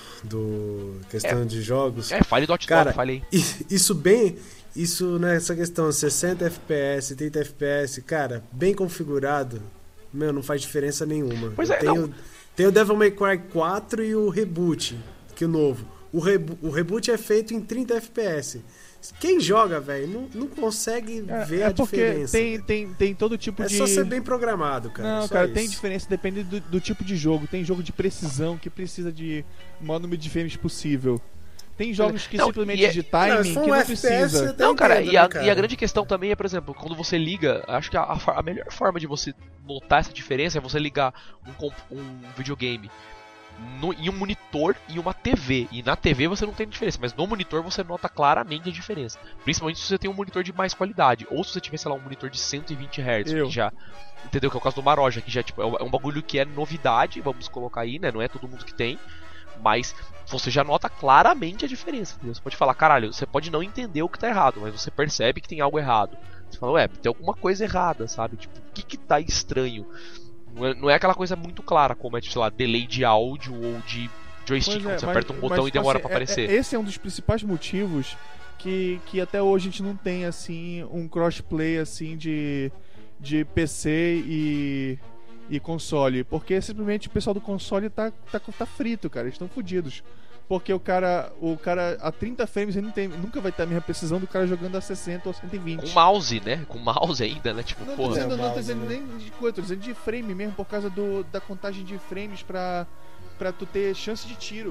do questão de jogos. É, fale do Hot Cara, Dog, falei. i- Isso bem. Isso nessa questão sessenta F P S, trinta F P S, cara, bem configurado, meu, não faz diferença nenhuma. Pois Eu é, tenho, não. tem o Devil May Cry quatro e o Reboot, que é o novo. O, rebu o Reboot é feito em trinta F P S. Quem joga, velho, não, não consegue ver É, a é porque diferença. tem, tem, tem todo tipo É de... só ser bem programado, cara. Não, só cara, isso. tem diferença, depende do, do tipo de jogo. Tem jogo de precisão que precisa de o maior número de frames possível. Tem jogos que Não, simplesmente e é- de Não, timing se for que um não F P S, precisa. até Não, cara, entendo, e a, né, cara? e a grande questão também é, por exemplo, quando você liga, acho que a, a, a melhor forma de você notar essa diferença é você ligar um, comp- um videogame no, em um monitor e uma T V. E na T V você não tem diferença, mas no monitor você nota claramente a diferença. Principalmente se você tem um monitor de mais qualidade, ou se você tiver, sei lá, um monitor de cento e vinte hertz, Eu. que já... Entendeu? Que é o caso do Maroja, que já tipo, é um- é um bagulho que é novidade, vamos colocar aí, né? Não é todo mundo que tem, mas você já nota claramente a diferença, entendeu? Você pode falar, caralho, você pode não entender o que tá errado, mas você percebe que tem algo errado. Você fala, ué, tem alguma coisa errada, sabe? Tipo, o que que tá estranho? Não é, não é aquela coisa muito clara, como é, tipo, sei lá, delay de áudio ou de joystick, Pois quando é, você mas- aperta um botão mas, e demora assim, pra aparecer. é- é- esse é um dos principais motivos que, que até hoje a gente não tem assim um crossplay assim de, de P C e, e console, porque simplesmente o pessoal do console tá, tá, tá frito, cara, eles estão fodidos. Porque o cara, o cara a trinta frames ele não tem, nunca vai ter a mesma precisão do cara jogando a sessenta ou cento e vinte. Com mouse, né? Com mouse ainda, né? Tipo, Não tô porra. dizendo, É, o não tô mouse, dizendo né? nem de coisa, tô dizendo de frame mesmo, por causa do, da contagem de frames pra, pra tu ter chance de tiro.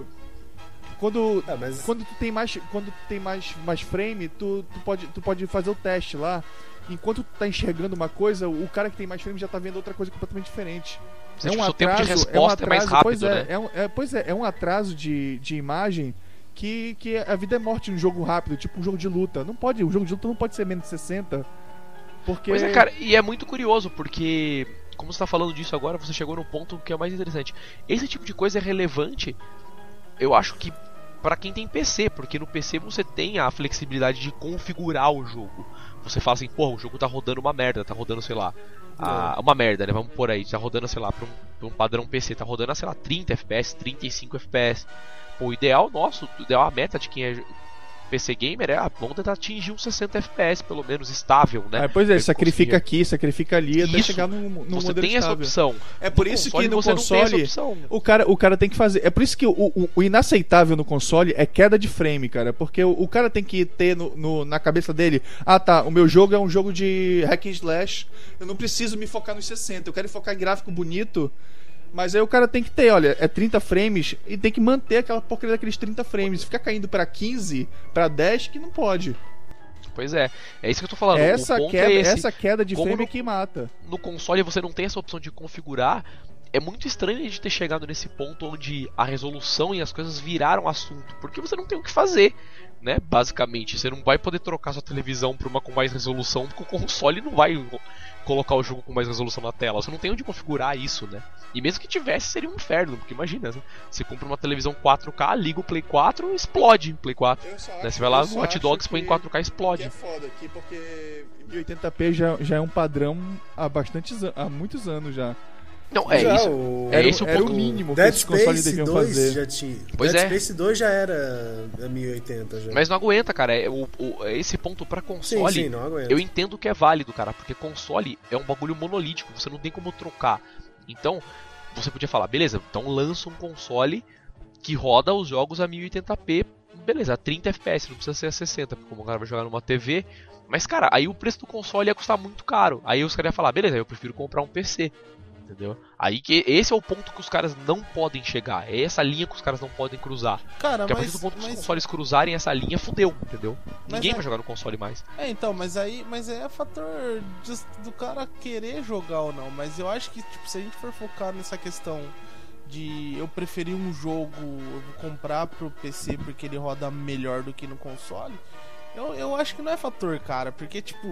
Quando, Ah, mas- quando tu tem mais, quando tu tem mais, mais frame, tu, tu, pode, tu pode fazer o teste lá. Enquanto tu tá enxergando uma coisa, o cara que tem mais frame já tá vendo outra coisa completamente diferente. Você, tipo, seu tempo de resposta é, um mais atraso- rápido, pois é, né? é um, é, pois é, é um atraso de, de imagem que, que a vida é morte num jogo rápido, tipo um jogo de luta. Não pode, o jogo de luta não pode ser menos de sessenta. Porque... Pois é, cara, e é muito curioso, porque, como você tá falando disso agora, você chegou no ponto que é o mais interessante. Esse tipo de coisa é relevante, eu acho que pra quem tem P C, porque no P C você tem a flexibilidade de configurar o jogo. Você fala assim, porra, o jogo tá rodando uma merda, tá rodando, sei lá, a, uma merda, né? Vamos por aí, tá rodando, sei lá, pra um, pra um padrão P C, tá rodando, sei lá, trinta F P S, trinta e cinco F P S. Pô, o ideal nosso, o ideal, a meta de quem é P C gamer é, ah, vamos tentar atingir uns sessenta F P S, pelo menos, estável, né? Ah, pois é, Pra sacrifica conseguir. aqui, sacrifica ali, até Isso, chegar no, no Você modelo tem essa estável. opção. É por No isso console que no você não tem essa console opção. o cara, o cara tem que fazer. É por isso que o, o, o inaceitável no console é queda de frame, cara. Porque o, o cara tem que ter no, no- na cabeça dele: ah tá, o meu jogo é um jogo de hack and slash, eu não preciso me focar nos sessenta, eu quero focar em gráfico bonito. Mas aí o cara tem que ter, olha, é trinta frames e tem que manter aquela porcaria daqueles trinta frames. Se ficar caindo pra quinze, pra dez, que não pode. Pois é, é isso que eu tô falando. Essa o ponto queda, é esse. essa queda de Como frame no- é que mata. No console você não tem essa opção de configurar. É muito estranho a gente ter chegado nesse ponto onde a resolução e as coisas viraram assunto, porque você não tem o que fazer, né? Basicamente, você não vai poder trocar sua televisão pra uma com mais resolução, porque o console não vai colocar o jogo com mais resolução na tela. Você não tem onde configurar isso, né? E mesmo que tivesse, seria um inferno, porque imagina, né? Você compra uma televisão quatro K, liga o Play quatro, explode o Play quatro. Né? Você vai lá no Hot Dogs, põe em quatro K e explode. Que é foda aqui, porque mil e oitenta p já, já é um padrão há bastantes an- há muitos anos já. Não, é Já, isso. o- É esse o era ponto. o mínimo que Dead esses consoles Space deviam dois fazer. já tinha. Pois Dead é. Space dois já era a mil e oitenta já. Mas não aguenta, cara. É, o, o- esse ponto pra sim, console, sim, não aguenta. eu entendo que é válido, cara, porque console é um bagulho monolítico, você não tem como trocar. Então, você podia falar, beleza, então lança um console que roda os jogos a mil e oitenta p, beleza, a trinta F P S, não precisa ser a sessenta, porque como o cara vai jogar numa T V. Mas, cara, aí o preço do console ia custar muito caro. Aí os caras iam falar, beleza, eu prefiro comprar um P C. Entendeu? Aí que esse é o ponto que os caras não podem chegar. É essa linha que os caras não podem cruzar. Cara, Porque a mas, partir do ponto que os mas consoles cruzarem essa linha, fudeu, entendeu? Mas Ninguém é- vai jogar no console mais. É, então, mas aí, mas é fator de- do cara querer jogar ou não. Mas eu acho que, tipo, se a gente for focar nessa questão de eu preferir um jogo, eu vou comprar pro P C porque ele roda melhor do que no console, eu, eu acho que não é fator, cara, porque, tipo.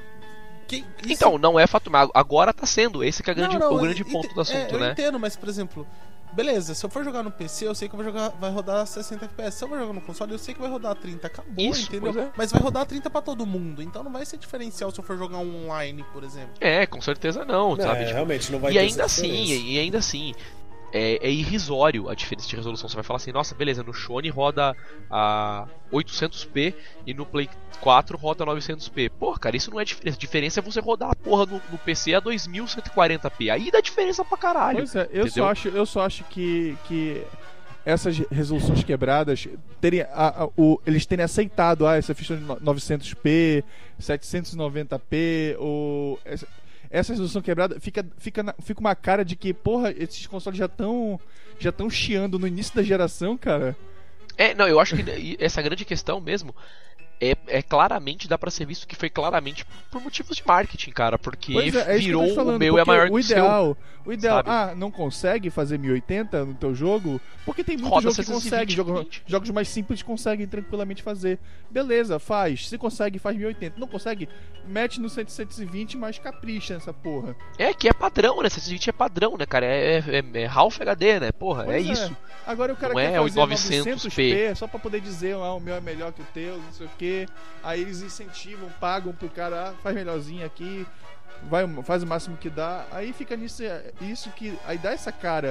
Quem, isso- Então, não é fato, mas agora tá sendo. Esse que é o grande, Não, não, o grande ent- ponto do assunto, é, eu né? entendo, mas, por exemplo, beleza, se eu for jogar no P C, eu sei que eu vou jogar, vai rodar sessenta F P S. Se eu for jogar no console, eu sei que vai rodar trinta. Acabou, Isso, entendeu? pois é. Mas vai rodar trinta pra todo mundo, então não vai ser diferencial se eu for jogar um online, por exemplo. É, com certeza não, Não, sabe? é, Tipo, realmente não vai e ter ainda essa assim, diferença. e ainda assim, é, é irrisório a diferença de resolução. Você vai falar assim, nossa, beleza, no Sony roda a oitocentos p e no Play quatro roda novecentos p. Pô, cara, isso não é diferença. A diferença é você rodar a porra no, no P C a dois mil cento e quarenta p. Aí dá diferença pra caralho. Pois é, eu entendeu? só acho, eu só acho que, que essas resoluções quebradas terem, a- a- o- eles terem aceitado ah, essa ficha de no- novecentos p, setecentos e noventa p, ou essa, essa resolução quebrada fica, fica, na- fica uma cara de que, porra, esses consoles já estão já estão chiando no início da geração, cara. É, não, eu acho que essa grande questão mesmo é, é claramente, dá pra ser visto que foi claramente por motivos de marketing, cara, porque Pois é, é isso que eu virou tô te falando, o meu é porque maior o que o seu. ideal, o ideal, sabe? ah, não consegue fazer mil e oitenta no teu jogo, porque tem muito Roda jogo que setecentos e vinte, consegue, jogo- vinte. jogos mais simples conseguem tranquilamente fazer. Beleza, faz. Se consegue, faz mil e oitenta. Não consegue, mete no setecentos e vinte, mas capricha nessa porra. É, que é padrão, né? setecentos e vinte é padrão, né, cara? É, é, é Half H D, né? Porra, Pois é isso. Agora o cara Não quer é fazer novecentos novecentos p só pra poder dizer, ah, o meu é melhor que o teu, não sei o que. Aí eles incentivam, pagam pro cara, ah, faz melhorzinho aqui, vai, faz o máximo que dá. Aí fica nisso, isso que aí dá essa cara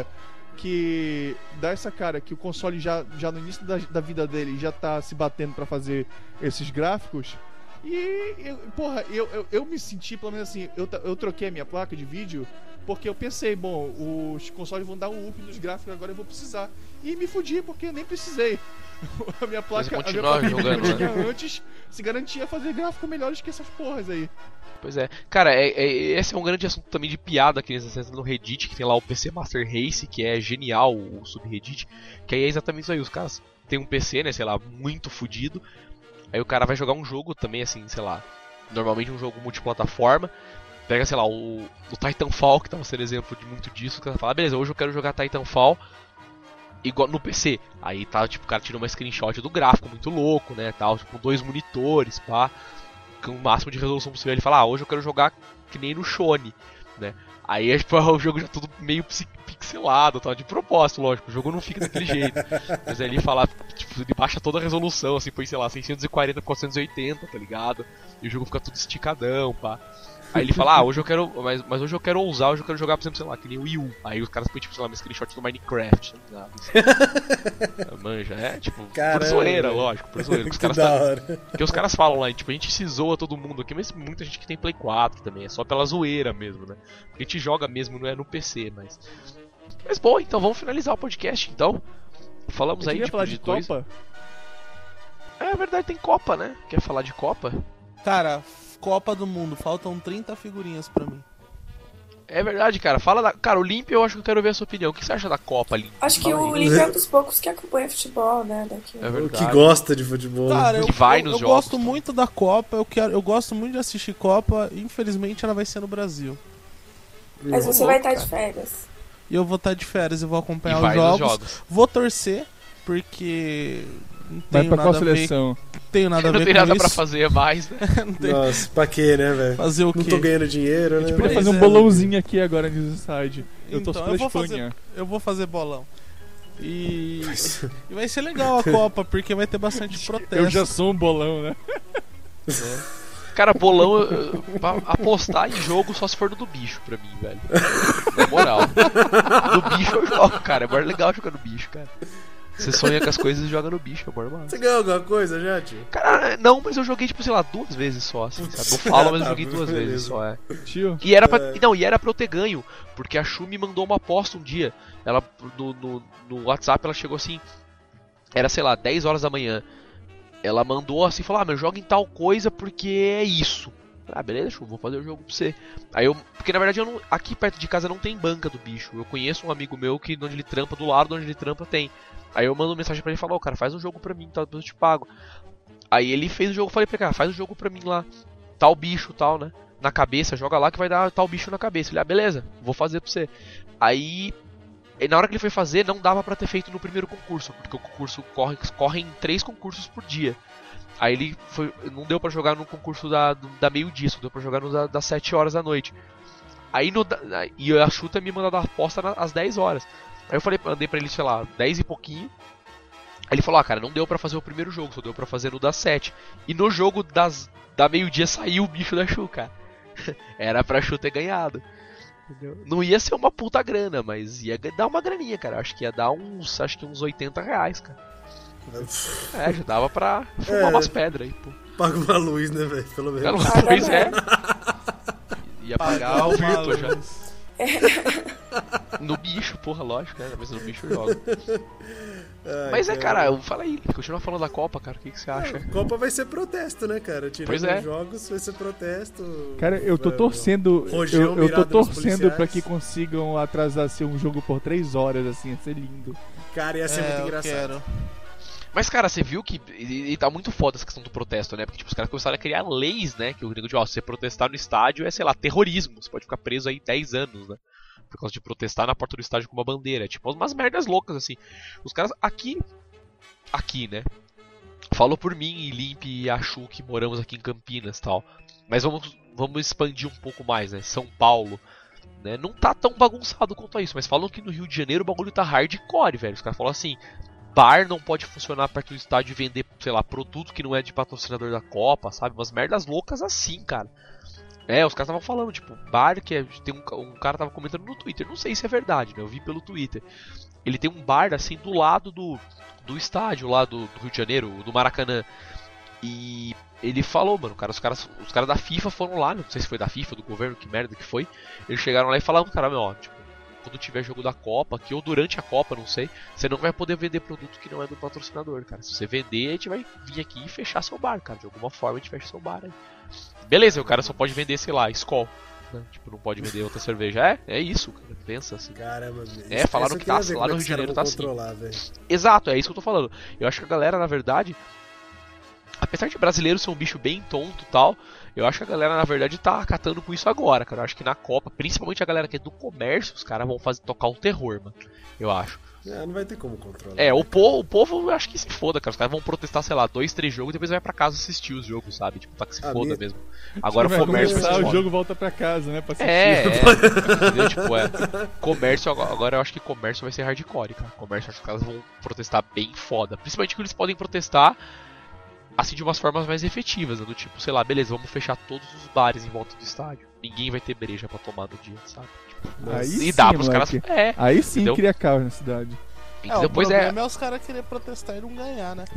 que dá essa cara que o console já, já no início da, da vida dele já tá se batendo pra fazer esses gráficos. E, eu, porra, eu, eu, eu me senti, pelo menos assim, eu, eu troquei a minha placa de vídeo porque eu pensei, bom, os consoles vão dar um up nos gráficos, agora eu vou precisar. E me fudi porque eu nem precisei. A minha placa, a minha placa jogando, que tinha né? antes se garantia fazer gráficos melhores que essas porras aí. Pois é. Cara, é, é, esse é um grande assunto também de piada que eles acessam no Reddit, que tem lá o P C Master Race, que é genial, o subreddit, que aí é exatamente isso aí, os caras têm um P C, né, sei lá, muito fodido, aí o cara vai jogar um jogo também, assim, sei lá, normalmente um jogo multiplataforma, pega, sei lá, o, o Titanfall, que tava sendo exemplo de muito disso, o cara fala, ah, beleza, hoje eu quero jogar Titanfall igual no P C, aí tá, tipo, o cara tirou uma screenshot do gráfico, muito louco, né, tal, tipo, dois monitores, pá, com o máximo de resolução possível. Ele fala, ah, hoje eu quero jogar que nem no Shone, né? Aí tipo, o jogo já tudo meio pixelado, tá? De propósito, lógico, o jogo não fica daquele jeito. Mas aí ele fala, tipo, ele baixa toda a resolução, assim, põe, sei lá, seiscentos e quarenta por quatrocentos e oitenta, tá ligado? E o jogo fica tudo esticadão, pá. Aí ele fala, ah, hoje eu quero, mas, mas hoje eu quero ousar, hoje eu quero jogar, por exemplo, sei lá, que nem o Wii U. Aí os caras põem, tipo, sei lá, um screenshot do Minecraft, tá ligado? Assim. Manja, é, tipo, Caramba, por zoeira, velho. lógico, por zoeira. Que os Que caras da tá... hora. Porque os caras falam lá, tipo, a gente se zoa todo mundo aqui, mas muita gente que tem Play quatro também, é só pela zoeira mesmo, né? Porque a gente joga mesmo, não é no P C, mas... Mas bom, então vamos finalizar o podcast, então. Falamos Eu aí, queria tipo, falar de de dois... Copa. É verdade, tem Copa, né? Quer falar de Copa? Cara, Copa do Mundo, faltam trinta figurinhas pra mim. É verdade, cara. Fala da... Cara, o Limp, eu acho que eu quero ver a sua opinião. O que você acha da Copa, Limp? Acho que Fala o aí. Lívio é um dos poucos que acompanha futebol, né? Daqui. É O verdade. que gosta de futebol. Cara, eu, Que vai eu, nos eu jogos, gosto tá? muito da Copa, eu, quero, eu gosto muito de assistir Copa, infelizmente ela vai ser no Brasil. Mas você vai estar de férias. E eu vou estar de férias, eu vou acompanhar E os vai nos jogos. jogos. Vou torcer, porque não Vai tenho pra nada qual a ver, seleção? tenho nada a Não ver tem com nada isso. pra fazer mais, né? Não tem- Nossa, pra quê, né, velho? Fazer o Não quê? tô ganhando dinheiro, né? A gente podia Pois fazer um é. bolãozinho aqui agora no Inside. Eu tô Então, pela eu vou Espanha. Eu vou fazer bolão. E... e vai ser legal a Copa, porque vai ter bastante protesto. Eu já sou um bolão, né? Cara, bolão, eu- eu- pra apostar em jogo só se for no do bicho pra mim, velho. Na moral. No bicho eu jogo, cara. É mais legal jogar no bicho, cara. Você sonha com as coisas e joga no bicho, é bom, mano. Você ganhou alguma coisa já, tio? Cara, não, mas eu joguei, tipo, sei lá, duas vezes só, assim, sabe? Não falo, mas eu Tá, joguei duas beleza. vezes só, é. Tio. E era pra, não, e era pra eu ter ganho, porque a Shu me mandou uma aposta um dia. Ela, no, no, no WhatsApp, ela chegou assim, era, sei lá, dez horas da manhã. Ela mandou assim, falou, ah, mas joga em tal coisa porque é isso. Ah, beleza, Shu, vou fazer o jogo pra você. Aí eu, porque na verdade eu não, aqui perto de casa não tem banca do bicho. Eu conheço um amigo meu que onde ele trampa, do lado de onde ele trampa tem. Aí eu mando mensagem pra ele e falo, ô, cara, faz um jogo pra mim, tá, depois eu te pago. Aí ele fez o jogo, eu falei pra ele, cara, faz um jogo pra mim lá, tal bicho, tal, né, na cabeça, joga lá que vai dar tal bicho na cabeça. Ele, ah, beleza, vou fazer pra você. Aí, e na hora que ele foi fazer, não dava pra ter feito no primeiro concurso, porque o concurso corre, corre em três concursos por dia. Aí ele foi, não deu pra jogar no concurso da, da meio-dia, só deu pra jogar no da, das sete horas da noite. Aí no, e a Chuta me mandou a aposta na, às dez horas. Aí eu falei, mandei pra ele, sei lá, dez e pouquinho. Aí ele falou, ah, cara, não deu pra fazer o primeiro jogo, só deu pra fazer no das sete. E no jogo das, da meio-dia saiu o bicho da Shu, cara. Era pra Shu ter ganhado. Entendeu? Não ia ser uma puta grana, mas ia dar uma graninha, cara. Acho que ia dar uns, acho que uns oitenta reais, cara. É, já dava pra fumar É. umas pedras aí, pô. Paga uma luz, né, velho? Pelo menos. Pelo- Pois é. Ia pagar o Pagar Virtua já. luz. No bicho, porra, lógico, né? Mas no bicho eu jogo. Ai, Mas é, cara, fala aí, continua falando da Copa, cara, o que, que você acha? Copa vai ser protesto, né, cara? Tirando Pois é. os jogos, vai ser protesto. Cara, eu tô Vai- torcendo. Rojão Eu, eu tô mirado nos torcendo policiais. pra que consigam atrasar assim, um jogo por três horas, assim, ia ser lindo. Cara, ia ser É, muito eu engraçado. quero. Mas, cara, você viu que e, e tá muito foda essa questão do protesto, né? Porque, tipo, os caras começaram a criar leis, né? Que o gringo de, ó, se você protestar no estádio é, sei lá, terrorismo. Você pode ficar preso aí dez anos, né? Por causa de protestar na porta do estádio com uma bandeira. É tipo umas merdas loucas, assim. Os caras aqui... Aqui, né? Falou por mim e Limp e Achu que moramos aqui em Campinas e tal. Mas vamos, vamos expandir um pouco mais, né? São Paulo, né? Não tá tão bagunçado quanto a isso. Mas falam que no Rio de Janeiro o bagulho tá hardcore, velho. Os caras falam assim... Bar não pode funcionar perto do estádio e vender, sei lá, produto que não é de patrocinador da Copa, sabe? Umas merdas loucas assim, cara. É, os caras estavam falando, tipo, bar que é, tem um, um cara tava comentando no Twitter, não sei se é verdade, né? Eu vi pelo Twitter. Ele tem um bar assim do lado do, do estádio lá do, do Rio de Janeiro, do Maracanã. E ele falou, mano, cara, os caras, os caras da FIFA foram lá, não sei se foi da FIFA, do governo, que merda que foi. Eles chegaram lá e falaram, cara, meu, ó, tipo, quando tiver jogo da Copa aqui, ou durante a Copa, não sei, você não vai poder vender produto que não é do patrocinador, cara. Se você vender, a gente vai vir aqui e fechar seu bar, cara. De alguma forma a gente fecha seu bar aí. Beleza, o cara só pode vender, sei lá, Skol, né? Tipo, não pode vender outra cerveja. É, é isso, cara. Pensa assim. Caramba, é, falaram que tá assim, lá no Rio de Janeiro tá assim. Véio. Exato, é isso que eu tô falando. Eu acho que a galera, na verdade, apesar de brasileiro ser um bicho bem tonto e tal, eu acho que a galera, na verdade, tá acatando com isso agora, cara. Eu acho que na Copa, principalmente a galera que é do comércio, os caras vão fazer, tocar o terror, mano. Eu acho. É, não vai ter como controlar. É, o povo, o povo eu acho que se foda, cara. Os caras vão protestar, sei lá, dois, três jogos e depois vai pra casa assistir os jogos, sabe? Tipo, tá que se a foda minha... mesmo. Agora o vai comércio vai ser o foda. jogo volta pra casa, né? Pra assistir. É, é. Entendeu? Tipo, é. Comércio, agora eu acho que comércio vai ser hardcore, cara. Comércio, acho que os caras vão protestar bem foda. Principalmente que eles podem protestar assim de umas formas mais efetivas, né? Do tipo, sei lá, beleza, vamos fechar todos os bares em volta do estádio. Ninguém vai ter breja pra tomar no dia, sabe? Tipo, aí e sim, dá pros moleque. caras. É. Aí sim entendeu? cria caos na cidade. É, Depois o problema é... é os caras querer protestar e não ganhar, né?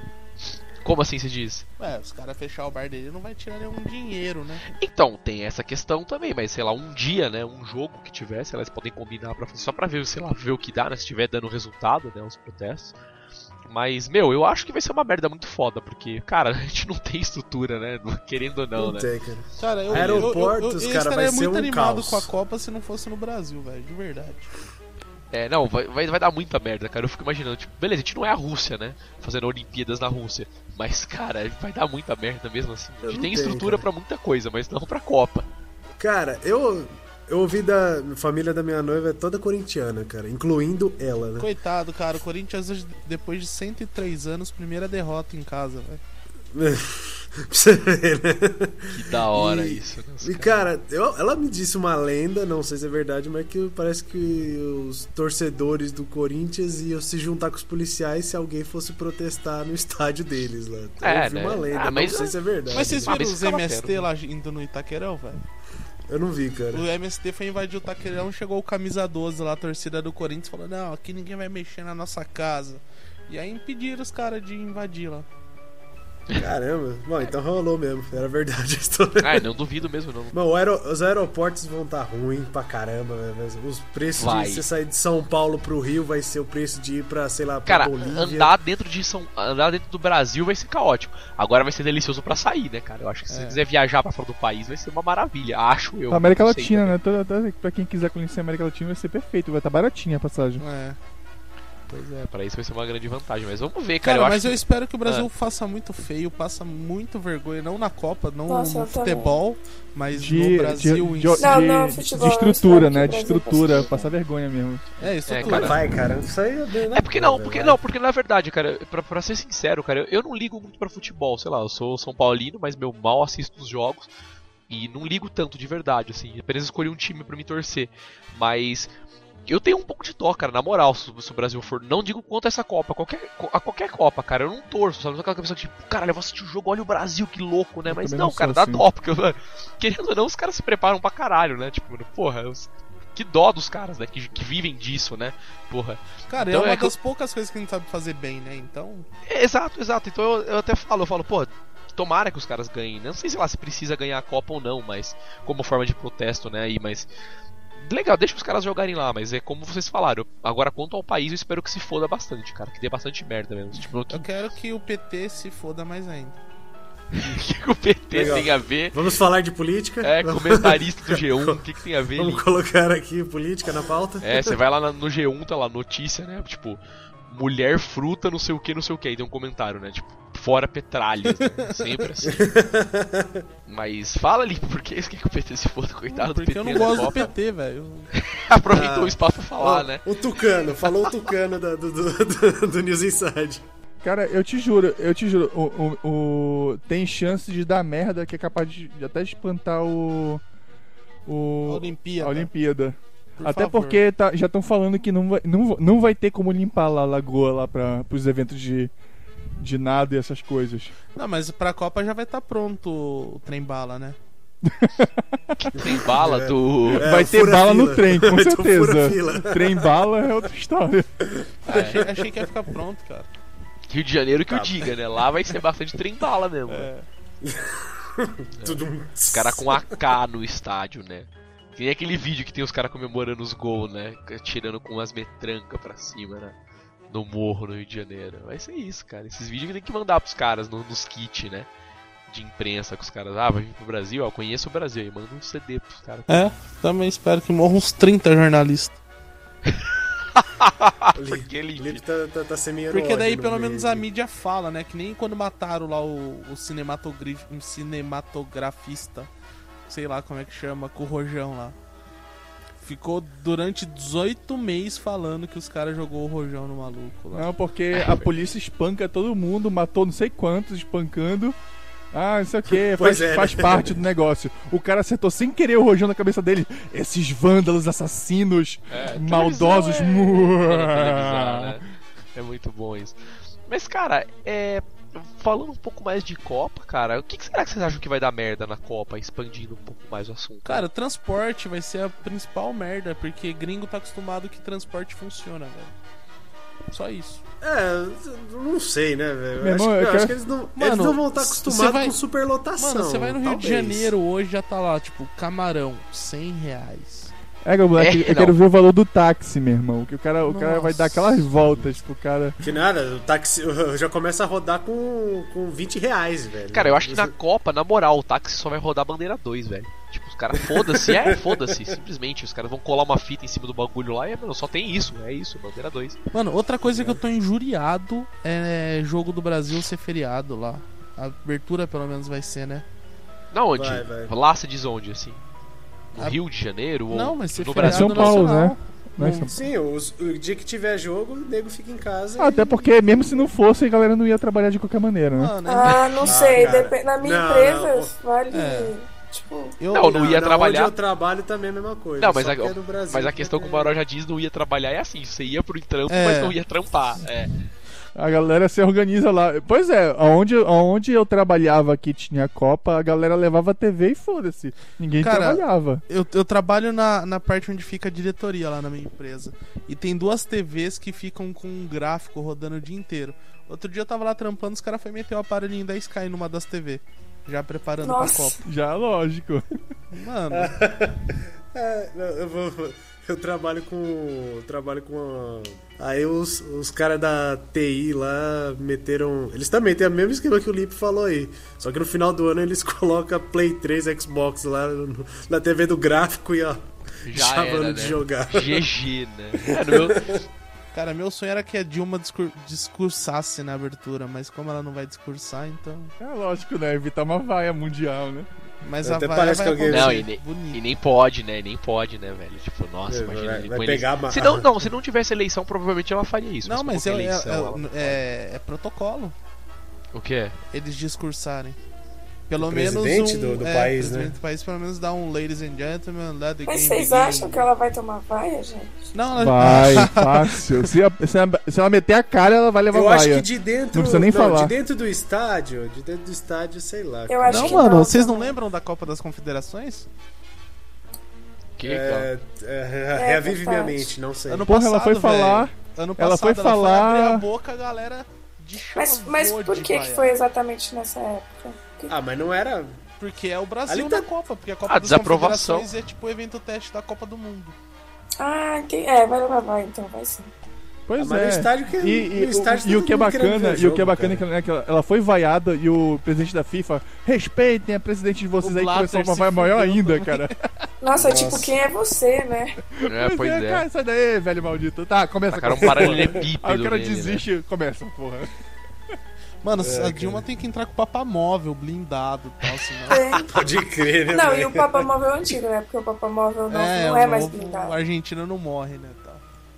Como assim se diz? Ué, os caras fechar o bar dele não vai tirar nenhum dinheiro, né? Então, tem essa questão também, mas sei lá, um dia, né, um jogo que tiver, sei lá, eles podem combinar pra fazer, só pra ver, sei lá, ver o que dá, né, se tiver dando resultado, né, os protestos. Mas, meu, eu acho que vai ser uma merda muito foda, porque, cara, a gente não tem estrutura, né, querendo ou não, Não né. tem, cara. Cara, eu, Aeroportos, eu, eu, eu, cara, eu vai estaria ser muito um animado caos. com a Copa se não fosse no Brasil, velho, de verdade. É, não, vai, vai, vai dar muita merda, cara. Eu fico imaginando, tipo, beleza, a gente não é a Rússia, né? Fazendo Olimpíadas na Rússia. Mas, cara, vai dar muita merda mesmo assim. A gente não tem tem, estrutura cara. pra muita coisa, mas não pra Copa. Cara, eu, eu ouvi da família da minha noiva é toda corintiana, cara, incluindo ela, né? Coitado, cara, o Corinthians, hoje, depois de cento e três anos, primeira derrota em casa, velho. Pra você ver, né? Que da hora E- isso, né? Os E caras- cara, eu- ela me disse uma lenda, não sei se é verdade, mas que parece que os torcedores do Corinthians iam se juntar com os policiais se alguém fosse protestar no estádio deles lá. Então, É, eu vi né? uma lenda, Ah, mas- não sei se é verdade. Mas vocês Ah, viram mas os ficava M S T perto, lá indo no Itaquerão, velho? Eu não vi, cara. O M S T foi invadir o Itaquerão, chegou o camisa doze lá, a torcida do Corinthians, falou, não, aqui ninguém vai mexer na nossa casa. E aí impediram os caras de invadir lá. Caramba. Bom, então rolou mesmo. Era verdade a história. Ah, não duvido mesmo, não. Bom, o aero- os aeroportos vão estar ruins pra caramba, né? Mas os preços Vai. de você sair de São Paulo pro Rio vai ser o preço de ir pra, sei lá, pra Cara, Bolívia. andar dentro de São, andar dentro do Brasil vai ser caótico. Agora vai ser delicioso pra sair, né, cara? Eu acho que se É. você quiser viajar pra fora do país vai ser uma maravilha, acho eu. Pra América Não sei Latina, também. né? Toda, toda, pra quem quiser conhecer a América Latina vai ser perfeito, vai estar baratinha a passagem. É. Pois é, pra isso vai ser uma grande vantagem, mas vamos ver, cara. Cara, eu mas acho eu que... espero que o Brasil Ah. faça muito feio, passa muito vergonha, não na Copa, não Nossa, no eu também. futebol, mas De, no Brasil de, em de, si. Não, de- não, de futebol, eu estrutura, espero que né? o De Brasil estrutura, passe. passar vergonha mesmo. É, isso É, tudo. cara. Vai, cara. Isso aí é bem na É porque não, boa, porque velho. não, porque na verdade, cara, pra, pra ser sincero, cara, eu, eu não ligo muito pra futebol, sei lá, eu sou São Paulino, mas meu mal assisto os jogos e não ligo tanto de verdade, assim, apenas escolhi um time pra me torcer, mas eu tenho um pouco de dó, cara, na moral, se, se o Brasil for, não digo quanto a essa Copa, qualquer, a qualquer Copa, cara, eu não torço, sabe, não sou aquela pessoa que tipo, caralho, eu vou assistir o jogo, olha o Brasil, que louco, né, Eu mas também não, não cara, sou dá assim. dó, porque, mano, querendo ou não, os caras se preparam pra caralho, né, tipo, porra, os- que dó dos caras, né, que, que vivem disso, né, porra. Cara, Então é uma é que eu- das poucas coisas que a gente sabe fazer bem, né? Então. É, exato, exato. Então eu, eu até falo, eu falo, pô, tomara que os caras ganhem. Não sei se lá se precisa ganhar a Copa ou não, mas como forma de protesto, né? Aí, mas legal, deixa os caras jogarem lá, mas é como vocês falaram. eu- Agora quanto ao país, eu espero que se foda bastante, cara, que dê bastante merda mesmo. Tipo, o que, Eu quero que o P T se foda mais ainda. que o P T Legal. tem a ver? Vamos falar de política? É, comentarista do G um, o que, que tem a ver? Vamos Link? colocar aqui política na pauta? É, você vai lá na- no G um, tá lá, notícia, né? Tipo, mulher fruta, não sei o que, não sei o que. Aí tem um comentário, né? Tipo, fora petralhas, né? Sempre assim. Mas fala ali, por que você quer que o P T se foda, coitado do P Porque T? eu não na gosto do Copa? P T, velho. Aproveitou Ah. o espaço pra falar, Ó, né? O Tucano, falou o Tucano da- do, do, do, do News Inside. Cara, eu te juro, eu te juro, o, o, o- tem chance de dar merda que é capaz de, de até espantar o. A o Olimpíada. a Olimpíada. Por Até favor. porque tá- já estão falando que não vai, não, não vai ter como limpar lá a lagoa lá para os eventos de, de nada e essas coisas. Não, mas pra Copa já vai estar pronto o trem bala, né? Trem bala do. É, Vai o ter fura bala fila. no trem, com Vai ter o fura certeza. fila. Trem bala é outra história. Achei, achei que ia ficar pronto, cara. Rio de Janeiro que Tá. eu diga, né? Lá vai ser bastante trem bala mesmo. É. Tudo... Os caras com A K no estádio, né? Tem aquele vídeo que tem os caras comemorando os gols, né? Tirando com umas metrancas pra cima, né? No morro, no Rio de Janeiro. Vai ser isso, cara. Esses vídeos que tem que mandar pros caras no- nos kits, né? De imprensa, com os caras. Ah, vai vir pro Brasil? Ó, conheço o Brasil aí. Manda um C D pros caras. É, também espero que morram uns trinta jornalistas. Porque ele... O Lipe tá, tá, tá semeando Porque ódio daí no pelo meio. menos a mídia fala, né? Que nem quando mataram lá o, o cinematograf, um cinematografista, sei lá como é que chama, com o Rojão lá. Ficou durante dezoito meses falando que os caras jogou o Rojão no maluco lá. Não, porque a polícia espanca todo mundo, matou não sei quantos espancando. Ah, não sei o que, Pois faz, é, né? faz parte do negócio. O cara acertou sem querer o rojão na cabeça dele. Esses vândalos, assassinos, É, maldosos. televisão é- Pra televisar, né? É muito bom isso. Mas, cara, é... falando um pouco mais de Copa, cara, o que, que será que vocês acham que vai dar merda na Copa, expandindo um pouco mais o assunto? Cara, transporte vai ser a principal merda, porque gringo tá acostumado que transporte funciona, velho. Só isso. É, não sei, né, velho? Meu Acho, irmão, que- eu eu quero- acho que eles não, eles Mano, não vão estar você acostumados vai- com superlotação. Mano, você vai no Rio talvez. de Janeiro hoje, já tá lá, tipo, camarão, cem reais. É, moleque, É, eu não. quero ver o valor do táxi, meu irmão. Que o cara, o cara vai dar Nossa. aquelas voltas pro cara. Que nada, o táxi já começa a rodar com, com vinte reais, velho. Cara, eu acho que na Copa, na moral, o táxi só vai rodar bandeira dois, velho. Tipo, os caras, foda-se, é, foda-se, simplesmente. Os caras vão colar uma fita em cima do bagulho lá e, mano, só tem isso, é isso, bandeira dois. Mano, outra coisa que eu tô injuriado é jogo do Brasil ser feriado lá. A abertura pelo menos vai ser, né? Na onde? Vai, vai. Lá se diz onde, assim? No Ah, Rio de Janeiro? Ou Não, mas ser no feriado Brasil? São Paulo, nacional. né? Não é Não- São- Sim, os- o dia que tiver jogo, o nego fica em casa. Ah, e- até porque mesmo se não fosse, a galera não ia trabalhar de qualquer maneira, né? Mano, Ah, não sei. cara. depe- Na minha Não, empresa, não. vale. É. Tipo. eu, Não, não ia na trabalhar. Onde eu trabalho também é a mesma coisa. Não, mas só a, que é no Brasil, mas a questão que o Maró já diz, não ia trabalhar é assim, você ia pro trampo, É. mas não ia trampar. É. A galera se organiza lá. Pois é, aonde, aonde eu trabalhava que tinha Copa, a galera levava a T V e foda-se. Ninguém Cara, trabalhava. eu, eu trabalho na, na parte onde fica a diretoria lá na minha empresa. E tem duas T Vs que ficam com um gráfico rodando o dia inteiro. Outro dia eu tava lá trampando, os caras foram meter o aparelhinho da Sky numa das T V. Já preparando Nossa. pra Copa. Já, lógico. Mano, É, não, eu vou. Eu trabalho com. Eu trabalho com. A... Aí os, os caras da T I lá meteram. Eles também têm o mesmo esquema que o Lipe falou aí. Só que no final do ano eles colocam Play três, Xbox lá no- na T V do gráfico e ó. Já Chamando era, de né? jogar. G G, né? É, no meu... cara, meu sonho era que a Dilma discur- discursasse na abertura, mas como ela não vai discursar, então. É lógico, né? Evitar uma vaia mundial, né? Mas Até a vaia parece vai que alguém- Não, acontecer. e nem, Bonito. e nem pode, né? Nem pode, né, velho? Tipo, nossa, É, imagina. vai- ele vai com pegar eleição. a- Se não, não, se não tivesse eleição, provavelmente ela faria isso. Não, mas como é, tem é, eleição, ela não é, é- é protocolo pode. O quê? eles discursarem. Pelo O menos presidente um, do- do é, país, presidente né? do país pelo menos dá um ladies and gentlemen, let the Mas game vocês begin. acham que ela vai tomar vaia, gente? Não, ela... Vai, fácil. Se, a- se, ela- se ela meter a cara, ela vai levar Eu vaia. acho que de dentro. Não precisa nem falar. De dentro do estádio, de dentro do estádio, sei lá. Eu acho Não, que mano, não, vocês não também. lembram da Copa das Confederações? Que, É, é, reavive minha verdade. mente, não sei. Ano Porra, ela foi passado, falar. velho, ano ela passado, foi falar- abrir a boca, a galera de Mas, mas por que, que foi exatamente nessa época? Que- Ah, mas não era. Porque é o Brasil Ali na tá- Copa, porque a Copa Ah, das desaprovação. Confederações é tipo o evento teste da Copa do Mundo. Ah, entendi. É, vai levar vaia, então vai sim. Pois Ah, mas é. no estádio que- e, no e, estádio o, e o todo que é mundo querendo ver bacana, o e o jogo, que é bacana é cara. que, né, que ela, ela foi vaiada e o presidente da FIFA, respeitem a presidente de vocês O aí, Blatter começou uma se vaia maior fudeu ainda, também. cara. Nossa, Nossa. tipo, quem é você, né? É, pois é. Cara, sai daí, velho maldito. Tá, começa. Tacaram um começa. paralelepípedo Aí o cara nele, né? desiste, começa, porra. Mano, É, a cara. Dilma tem que entrar com o papamóvel blindado e tal, senão... Tem. Pode crer, né? Não, velho? e o papamóvel é antigo, né? Porque o papamóvel novo é, não é o mais novo- blindado. O argentino não morre, né, tal.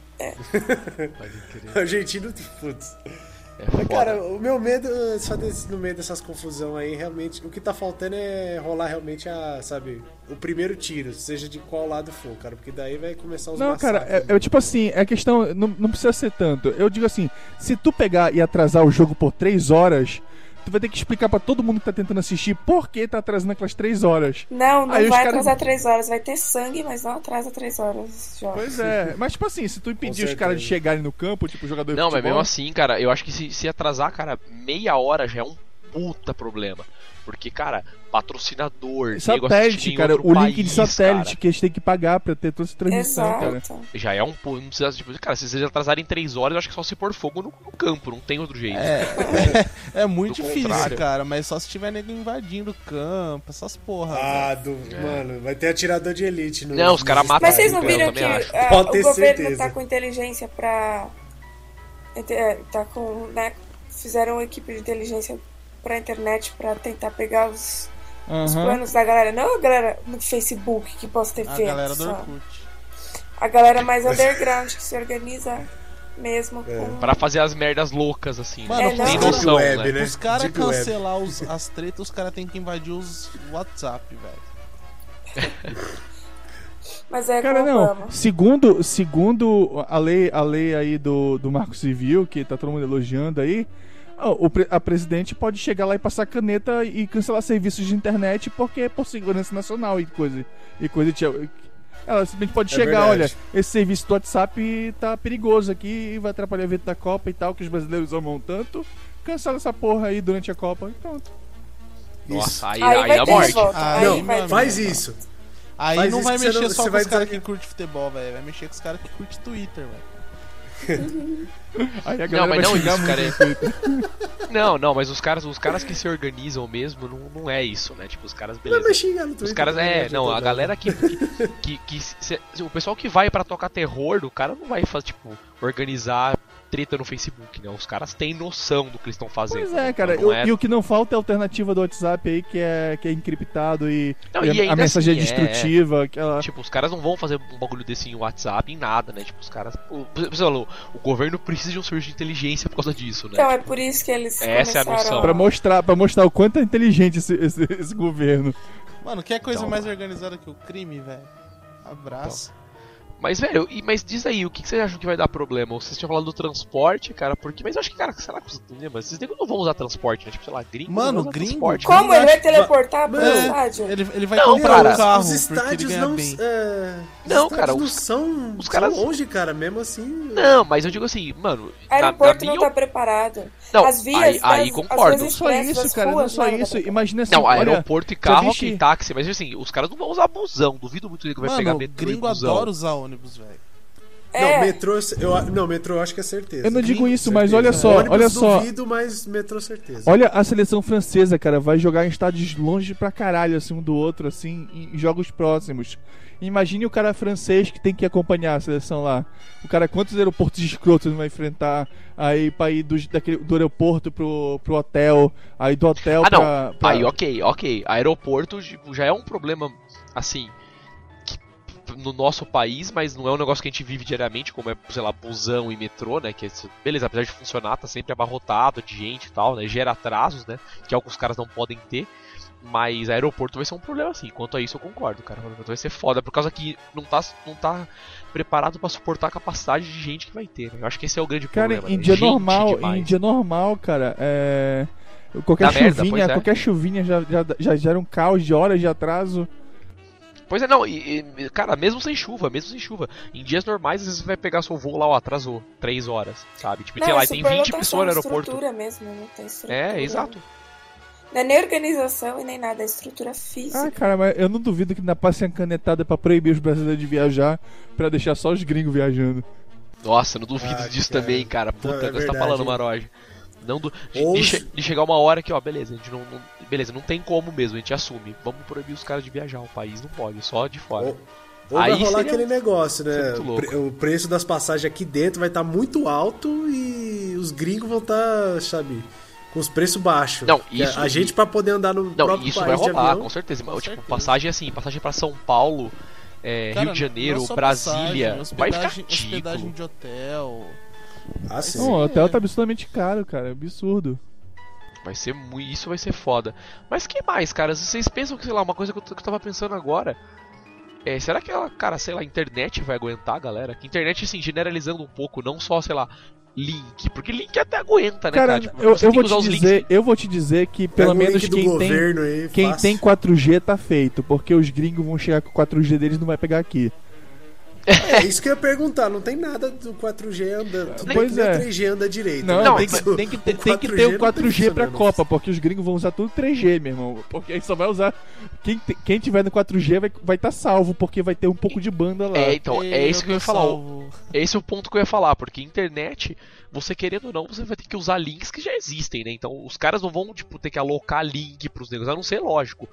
Pode crer. Argentino, putz. É Mas, foda. cara, o meu medo, só desse, no meio dessas confusão aí, realmente, o que tá faltando é rolar realmente a, sabe, o primeiro tiro, seja de qual lado for, cara, porque daí vai começar os Não, cara, massacres. é, é tipo assim, é questão. Não, não precisa ser tanto. Eu digo assim, se tu pegar e atrasar o jogo por três horas, tu vai ter que explicar pra todo mundo que tá tentando assistir por que tá atrasando aquelas três horas. Não, não Aí os vai caras- atrasar três horas. Vai ter sangue, mas não atrasa três horas. Jogos. Pois é, mas tipo assim, se tu impedir os certeza. caras de chegarem no campo, tipo jogador de Não, mas futebol, mesmo assim, cara, eu acho que se, se atrasar, cara, meia hora já é um puta problema. Porque, cara, patrocinador, nego assistindo satélite, em cara, outro o link de país, satélite cara, que eles têm que pagar pra ter toda essa transmissão, cara. Exato. já é um pouco. Não precisa, tipo, cara, se vocês atrasarem três horas, eu acho que é só se pôr fogo no, no campo, não tem outro jeito. É, é muito Do difícil, contrário. cara, mas só se tiver nego invadindo o campo, essas porra. Ah, velho. do, mano, vai ter atirador de elite no. Não, os caras nos matam Mas vocês não Eu viram que também acho. ah, Pode o ter governo certeza. tá com inteligência pra. é, Tá com. Né, fizeram uma equipe de inteligência pra internet pra tentar pegar os, os Aham. planos da galera. Não a galera no Facebook que posta A T V. galera do só. Orkut. A galera mais underground que se organiza mesmo É. com. Pra fazer as merdas loucas, assim. Mano, né? É, não. Tem Deep noção, Web, né? né? Os caras Deep Web. cancelar os- as tretas, os caras têm que invadir os WhatsApp, velho. Mas é Cara, com não. Obama. Segundo, segundo a lei, a lei aí do, do Marco Civil, que tá todo mundo elogiando aí, ah, o, pre- a presidente pode chegar lá e passar caneta e cancelar serviços de internet porque é por segurança nacional e coisa. E coisa de, ela simplesmente pode É chegar, verdade. olha, esse serviço do WhatsApp tá perigoso aqui e vai atrapalhar o evento da Copa e tal, que os brasileiros amam tanto. Cancela essa porra aí durante a Copa e pronto. Nossa, aí, Aí aí, vai dá ter morte. revolta. Ah, Aí não, vai mano. ter Faz revolta. isso. Aí Faz não isso vai que você mexer não- só você com vai os caras dizer- que curtem futebol, velho. Vai mexer com os caras que curtem Twitter, velho. Aí a galera Não, mas vai não xingar isso, muito cara. no Twitter. Não, não, mas os caras, os caras que se organizam mesmo não, não é isso, né? Tipo, os caras, Não beleza. vai xingar no Os Twitter, caras, é, adianta não, a nada. galera que. que, que, que se- se- o pessoal que vai pra tocar terror, o cara não vai fazer, tipo, organizar treta no Facebook, né? Os caras têm noção do que eles estão fazendo. Pois né? é, cara. Então, não E o- é- E o que não falta é a alternativa do WhatsApp aí, que é, que é encriptado e, Não, e e a- ainda a mensagem assim, é destrutiva. Aquela... Tipo, os caras não vão fazer um bagulho desse em WhatsApp, em nada, né? Tipo, os caras. O, você falou, o governo precisa de um serviço de inteligência por causa disso, né? Então é por isso que eles Essa é a começaram noção. Pra mostrar, pra mostrar o quanto é inteligente esse, esse, esse governo. Mano, quer coisa Então, mais organizada que o crime, velho? Abraço. Mas, velho, e- mas diz aí, o que que vocês acham que vai dar problema? Vocês tinham falado do transporte, cara, porque. Mas eu acho que, cara, sei lá, né, mas vocês não vão usar transporte, né? Tipo, sei lá, gringo. Mano, não vai usar gringo- transporte. Como ele vai Acho- teleportar pro É, estádio? Ele, ele vai Não, comprar cara, um carro os porque ele estádios ganha não. bem. É, os Não, estádios cara, não os- são, os caras- são longe, cara, mesmo assim. Não, mas eu digo assim, mano. O na- na aeroporto minha não tá preparado. Não, as vias, aí- aí das- concordo. as Não vias só expressas isso, das cara, não ruas, só nada isso. tá preparado. Imagina assim, Não, olha, aeroporto e carro, viste- ok, táxi, mas assim, os caras não vão usar busão. Duvido muito que vai pegar Mano, metrô e gringo busão. adora usar ônibus, velho. É, Não, metrô, eu, não, metrô eu acho que é certeza. Eu não digo Gringo, isso, mas certeza. olha só, Ônibus olha só. duvido, mas metrô certeza. Olha a seleção francesa, cara, vai jogar em estádios longe pra caralho, assim, um do outro, assim, em em jogos próximos. Imagine o cara francês que tem que acompanhar a seleção lá. O cara, quantos aeroportos escrotos ele vai enfrentar aí pra ir do, daquele, do aeroporto pro, pro hotel, aí do hotel Ah, não. pra, pra... Aí, ok, ok. Aeroporto tipo, já é um problema, assim, que no nosso país, mas não é um negócio que a gente vive diariamente, como é, sei lá, busão e metrô, né? Que, é- beleza, apesar de funcionar, tá sempre abarrotado de gente e tal, né? Gera atrasos, né? Que é algo que os caras não podem ter. Mas aeroporto vai ser um problema, assim. Quanto a isso, eu concordo, cara. O aeroporto vai ser foda, por causa que não tá, não tá preparado pra suportar a capacidade de gente que vai ter, né? Eu acho que esse é o grande Cara, problema. em né? dia Gente normal, demais. em dia normal, cara, é... Qualquer Dá merda, chuvinha, pois é. qualquer chuvinha já, já, já gera um caos de horas de atraso. Pois é, não, e, e, cara, mesmo sem chuva, mesmo sem chuva, em dias normais, às vezes você vai pegar seu voo lá, ó, atrasou três horas, sabe? Tipo, não, sei lá, é e tem vinte superlotação, pessoas no aeroporto. estrutura mesmo, não tem estrutura. É, exato. Não é nem organização e nem nada, é estrutura física. Ah, cara, mas eu não duvido que ainda passem a canetada pra proibir os brasileiros de viajar, pra deixar só os gringos viajando. Nossa, não duvido Ah, disso cara. também, cara. Puta, Não, é que você tá verdade. falando, Maroja. Não du... de, Ou de se- che- de chegar uma hora que, ó, beleza, a gente não, não- beleza, não tem como mesmo, a gente assume. Vamos proibir os caras de viajar, o país não pode, só de fora. Ou, ou Aí vai rolar seria- aquele negócio, né? seria muito O louco. pre- O preço das passagens aqui dentro vai estar muito alto e os gringos vão estar, sabe, com os preços baixos. Não, Que a- isso- A gente pra poder andar no Não, próprio isso vai país de rolar, avião. com certeza. Mas, tipo, certeza. passagem assim, passagem pra São Paulo, é, Cara, Rio de Janeiro, não só Brasília, passagem, vai ficar hospedagem, hospedagem ridículo. de hotel. Ah, sim. Não, o hotel tá absurdamente caro, cara, absurdo. Vai ser muito, isso vai ser foda. Mas que mais, cara? Vocês pensam que, sei lá, uma coisa que eu, t- que eu tava pensando agora. É, será que ela, cara, sei lá, a internet vai aguentar, galera? Que internet, assim, generalizando um pouco, não só, sei lá, link, porque link até aguenta, né, Cara, cara? Tipo, eu, você eu tem vou que usar te os dizer, links. eu vou te dizer que pelo Pega o menos link do quem tem, governo aí, quem fácil. tem quatro G tá feito, porque os gringos vão chegar com o quatro G deles e não vai pegar aqui. É isso que eu ia perguntar, não tem nada do quatro G andando. Tudo Pois bem que é. o três G anda direito. Não, né? não, tem, Mas que, o- tem, que ter, o tem que ter 4G o não quatro G tá pra funcionando. Copa, porque os gringos vão usar tudo três G, meu irmão. Porque aí só vai usar. Quem, te- quem tiver no quatro G vai estar vai tá salvo, porque vai ter um pouco de banda lá. É, então, é isso que eu ia tô falar. salvo. Esse é o ponto que eu ia falar, porque internet, você querendo ou não, você vai ter que usar links que já existem, né? Então os caras não vão, tipo, ter que alocar link pros negócios, a não ser, lógico,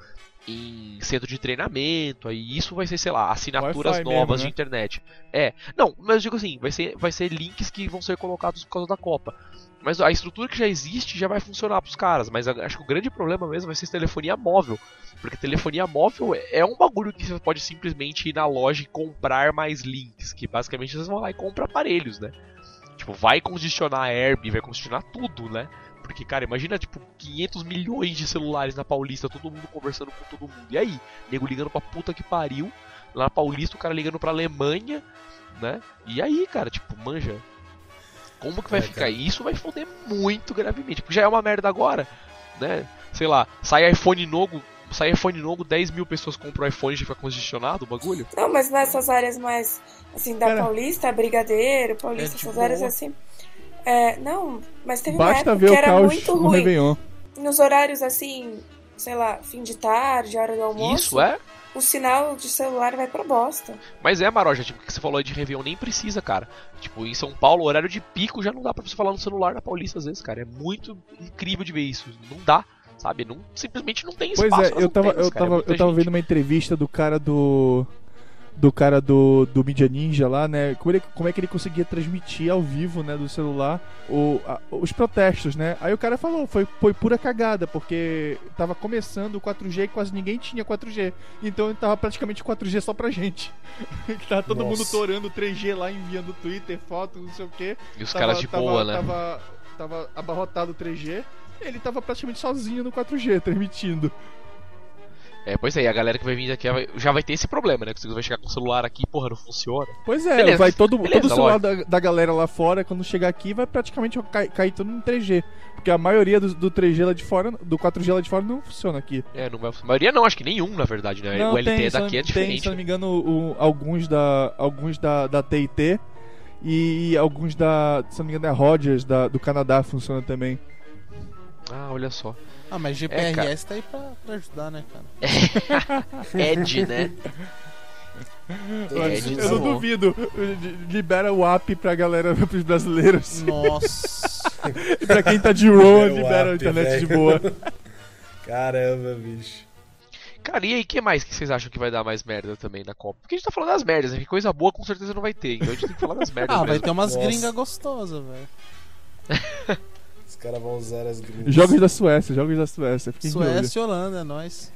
em centro de treinamento, aí isso vai ser, sei lá, assinaturas Wi-Fi novas mesmo, de né? internet. É, não, mas eu digo assim, vai ser, vai ser links que vão ser colocados por causa da Copa. Mas a estrutura que já existe já vai funcionar pros caras, mas eu acho que o grande problema mesmo vai ser telefonia móvel. Porque telefonia móvel é um bagulho que você pode simplesmente ir na loja e comprar mais links, que basicamente vocês vão lá e compram aparelhos, né? Tipo, vai congestionar a Airbnb, vai congestionar tudo, né? Porque, cara, imagina, tipo, quinhentos milhões de celulares na Paulista, todo mundo conversando com todo mundo. E aí? Nego ligando pra puta que pariu. Lá na Paulista, o cara ligando pra Alemanha, né? E aí, cara, tipo, manja. Como que vai É, ficar? cara. E isso vai foder muito gravemente. Porque já é uma merda agora, né? Sei lá, sai iPhone novo, sai iPhone novo, dez mil pessoas compram o iPhone e já fica congestionado o bagulho. Não, mas nessas áreas mais, assim, da Cara, Paulista, Brigadeiro, Paulista, é de essas áreas boa. assim. É, não, mas teve uma Basta época ver que o era caos muito no ruim. Réveillon. Nos horários assim, sei lá, fim de tarde, hora do almoço, Isso é? o sinal de celular vai pra bosta. Mas é, Maroja, tipo, o que você falou aí de Réveillon nem precisa, cara. Tipo, em São Paulo, horário de pico já não dá pra você falar no celular na Paulista às vezes, cara. É muito incrível de ver isso. Não dá, sabe? Não, simplesmente não tem espaço. Pois é, nas eu tava, antenas, eu cara. É tava, muita eu tava gente. vendo uma entrevista do cara do. Do cara do, do Media Ninja lá, né? Como, ele, como é que ele conseguia transmitir ao vivo, né, do celular, o, a- os protestos, né? Aí o cara falou, foi, foi pura cagada, porque tava começando o quatro G e quase ninguém tinha quatro G. Então tava praticamente quatro G só pra gente. Que tava todo mundo Nossa. torando três G lá, enviando Twitter, foto, não sei o quê. E os Tava- caras de tava- boa, né? Tava, tava abarrotado o três G. Ele tava praticamente sozinho no quatro G, transmitindo. É, pois é, e a galera que vai vir aqui vai- já vai ter esse problema, né? Que você vai chegar com o celular aqui, porra, não funciona. Pois é, Beleza, vai todo, beleza, todo o celular da, da galera lá fora, quando chegar aqui, vai praticamente cair, cair tudo no três G. Porque a maioria do, do três G lá de fora, do quatro G lá de fora não funciona aqui. É, não vai. A maioria não, acho que nenhum, na verdade, né? Não, o L T E se não- daqui é tem, diferente. se não me né? engano, o- alguns da alguns da, da T I T e alguns da, se não me engano, é Rogers da, do Canadá funciona também. Ah, olha só. Ah, mas G P R S tá aí pra, pra ajudar, né, cara? Ed, né? Todos É, os- de Eu não novo. duvido. Libera o app pra galera, pros brasileiros. Nossa. E pra quem tá de RAW, Libera o libera a app, internet de velho. boa. Caramba, bicho. Cara, e aí, o que mais que vocês acham que vai dar mais merda também na Copa? Porque a gente tá falando das merdas, né? Que coisa boa com certeza não vai ter, então a gente tem que falar das merdas Ah, vai mesmo. ter umas Nossa. gringas gostosas, velho. Os caras vão usar as gringas. Jogos da Suécia, jogos da Suécia. Fiquem de olho. Suécia e Holanda, é nóis.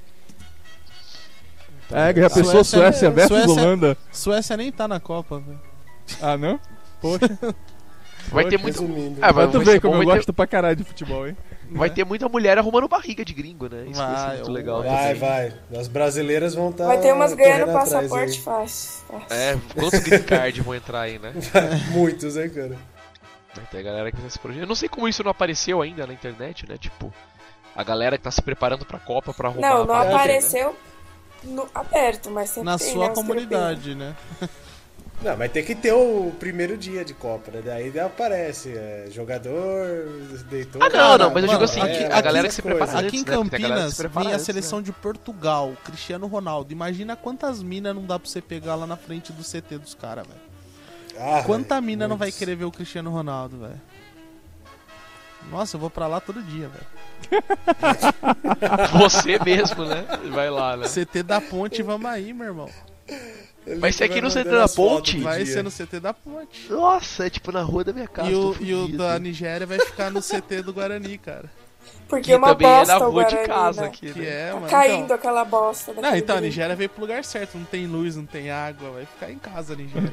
É, já pensou Suécia- Suécia versus Suécia- Holanda? Suécia nem tá na Copa, velho. Ah, não? Poxa, Vai ter muito. Resumindo. Ah, vai, pra tu vai ver ser como bom, eu vai ter- gosto pra caralho de futebol, hein? Vai ter muita mulher arrumando barriga de gringo, né? Isso vai, Vai, ser muito ô, legal. Vai, também. vai. As brasileiras vão estar. Vai ter umas ganhando passaporte fácil. É, quantos green card vão entrar aí, né? Muitos, hein, cara. Vai ter a galera que vai se projeto. Eu não sei como isso não apareceu ainda na internet, né? Tipo, a galera que tá se preparando pra Copa pra roubar Não, a não barriga, né? apareceu no, aberto, mas sempre Na tem, sua né, os comunidade, né? Não, vai ter que ter o primeiro dia de Copa, né? Daí aparece é, jogador, deitou. Ah, não, não, mas eu Mano, digo assim, aqui- a galera que se coisa. prepara antes, Aqui em né? Porque a galera que se Campinas prepara vem a antes, seleção né? de Portugal, Cristiano Ronaldo. Imagina quantas minas não dá pra você pegar lá na frente do C T dos caras, velho. Ah, Quanta velho, mina não vai muitos. querer ver o Cristiano Ronaldo, velho? Nossa, eu vou pra lá todo dia, velho. Você mesmo, né? Vai lá, né? C T da Ponte, vamos aí, meu irmão. Ele Vai ser aqui vai no C T mandando da as fotos Ponte? do Vai dia. ser no C T da Ponte. Nossa, é tipo na rua da minha casa. E tô o, e o fudido. da Nigéria vai ficar no C T do Guarani, cara. Porque Que é uma também é bosta na o rua de Guarani, casa né? aqui, Que né? é, Tá mano. caindo Então, aquela bosta não, daquele então a grupo. Nigéria veio pro lugar certo. Não tem luz, não tem água. Vai ficar em casa a Nigéria.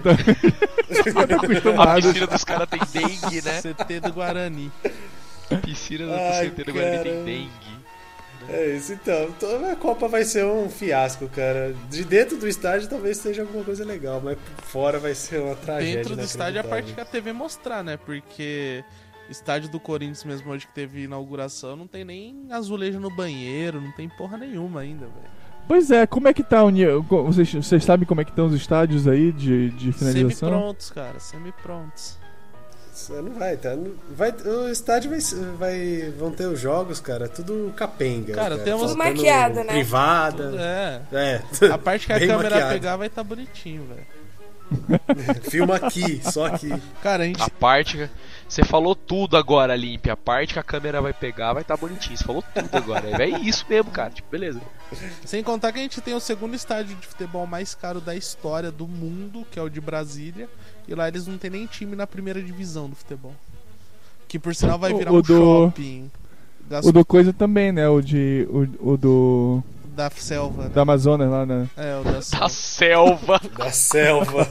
A piscina dos caras tem dengue, né? C T do Guarani. A piscina do Ai, C T do Guarani tem caramba. dengue. É isso então. Toda a Copa vai ser um fiasco, cara. De dentro do estádio talvez seja alguma coisa legal, mas por fora vai ser uma tragédia. Dentro do estádio é a parte que inacreditável. a T V mostrar, né? Porque estádio do Corinthians mesmo, hoje que teve inauguração, não tem nem azulejo no banheiro, não tem porra nenhuma ainda, velho. Pois é, como é que tá o nível? Vocês, vocês sabem como é que estão os estádios aí de, de finalização? Semi-prontos, cara, semi-prontos. Isso não vai, tá? Não- vai, o estádio vai, vai. Vão ter os jogos, cara, tudo capenga. Cara, temos- Tudo faltando maquiado, né? Privada. É. É. A parte que a Bem câmera maquiado. pegar vai estar bonitinho, velho. Filma aqui, só aqui. Cara, a gente. A parte que... Você falou tudo agora, Limpe. A parte que a câmera vai pegar vai estar bonitinho. Você falou tudo agora. É isso mesmo, cara. Tipo, beleza. Sem contar que a gente tem o segundo estádio de futebol mais caro da história do mundo, que é o de Brasília. E lá eles não tem nem time na primeira divisão do futebol. Que por sinal vai O- virar o um do- shopping. Das- O do coisa também, né? O de. O, o do. Da selva, né? Da Amazonas lá, né? É, o da Da selva. selva. Da selva.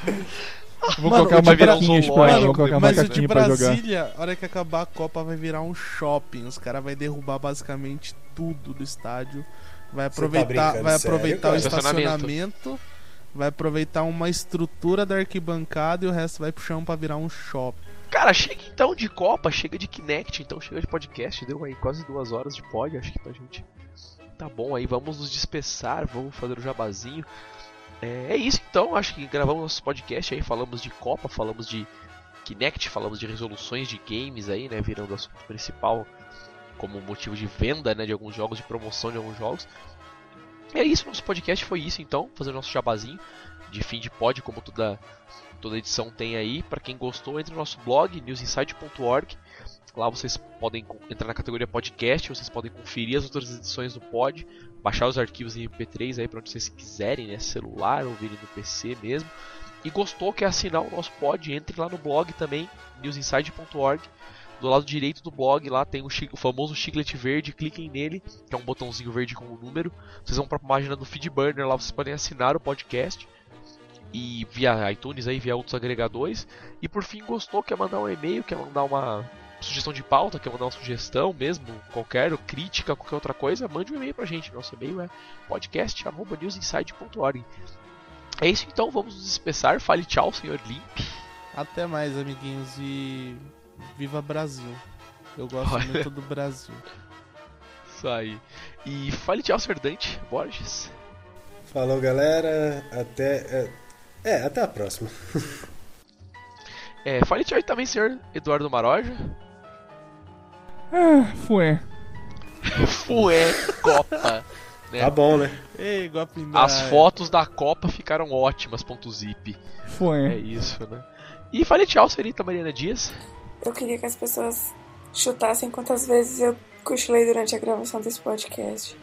Vou Mano, colocar o de umas Bra- vaquinhas pra, Mano, vou colocar Mas o de macaquinho pra jogar. Brasília, a hora que acabar a Copa, vai virar um shopping. Os caras vão derrubar basicamente tudo do estádio. Vai tá aproveitar, brincando, vai sério, aproveitar cara? o Estacionamento. estacionamento, vai aproveitar uma estrutura da arquibancada e o resto vai pro chão pra virar um shopping. Cara, chega então de Copa, chega de Kinect, então chega de podcast. Deu aí quase duas horas de pod, acho que pra gente tá bom aí. Vamos nos despeçar, vamos fazer o jabazinho. É, é isso então, acho que gravamos nosso podcast aí, falamos de Copa, falamos de Kinect, falamos de resoluções de games aí, né, virando o assunto principal como motivo de venda, né, de alguns jogos, de promoção de alguns jogos. E é isso, nosso podcast foi isso então, fazer o nosso jabazinho de fim de pod, como toda, toda edição tem aí. Pra quem gostou, entre no nosso blog, newsinside ponto org. Lá vocês podem co- entrar na categoria podcast, vocês podem conferir as outras edições do pod, baixar os arquivos em M P três aí pra onde vocês quiserem, né, celular, ouvirem no P C mesmo. E gostou, quer assinar o nosso pod, entre lá no blog também, newsinside ponto org. Do lado direito do blog lá tem o, chi- o famoso chiclete verde, cliquem nele, que é um botãozinho verde com o número. Vocês vão para a página do Feedburner, lá vocês podem assinar o podcast. E via iTunes aí, via outros agregadores. E por fim, gostou, quer mandar um e-mail, quer mandar uma sugestão de pauta, quer mandar uma sugestão mesmo, qualquer, ou crítica, qualquer outra coisa, mande um e-mail pra gente. Nosso e-mail é podcast arroba newsinside ponto org. É isso então, vamos nos despeçar. Fale tchau, senhor Limp. Até mais, amiguinhos, e viva Brasil. Eu gosto Olha. muito do Brasil. Isso aí. E fale tchau, senhor Dante Borges. Falou, galera. Até. É, é, até a próxima. É, fale tchau aí também, senhor Eduardo Maroja. Ah, fué. Fué, Copa. Né? Tá bom, né? Ei, Guapindá. As fotos da Copa ficaram ótimas, ponto zip. É Fué. isso, né? E fale tchau, senhorita Mariana Dias. Eu queria que as pessoas chutassem quantas vezes eu cochilei durante a gravação desse podcast.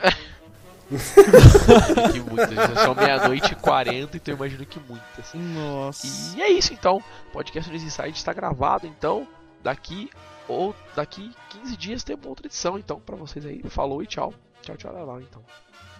Que muitas. São meia-noite e quarenta, então eu imagino que muitas. Nossa. E é isso então. O podcast News Inside está gravado, então. Daqui ou daqui quinze dias tem uma outra edição, então, pra vocês aí. Falou e tchau. Tchau, tchau, lá, então.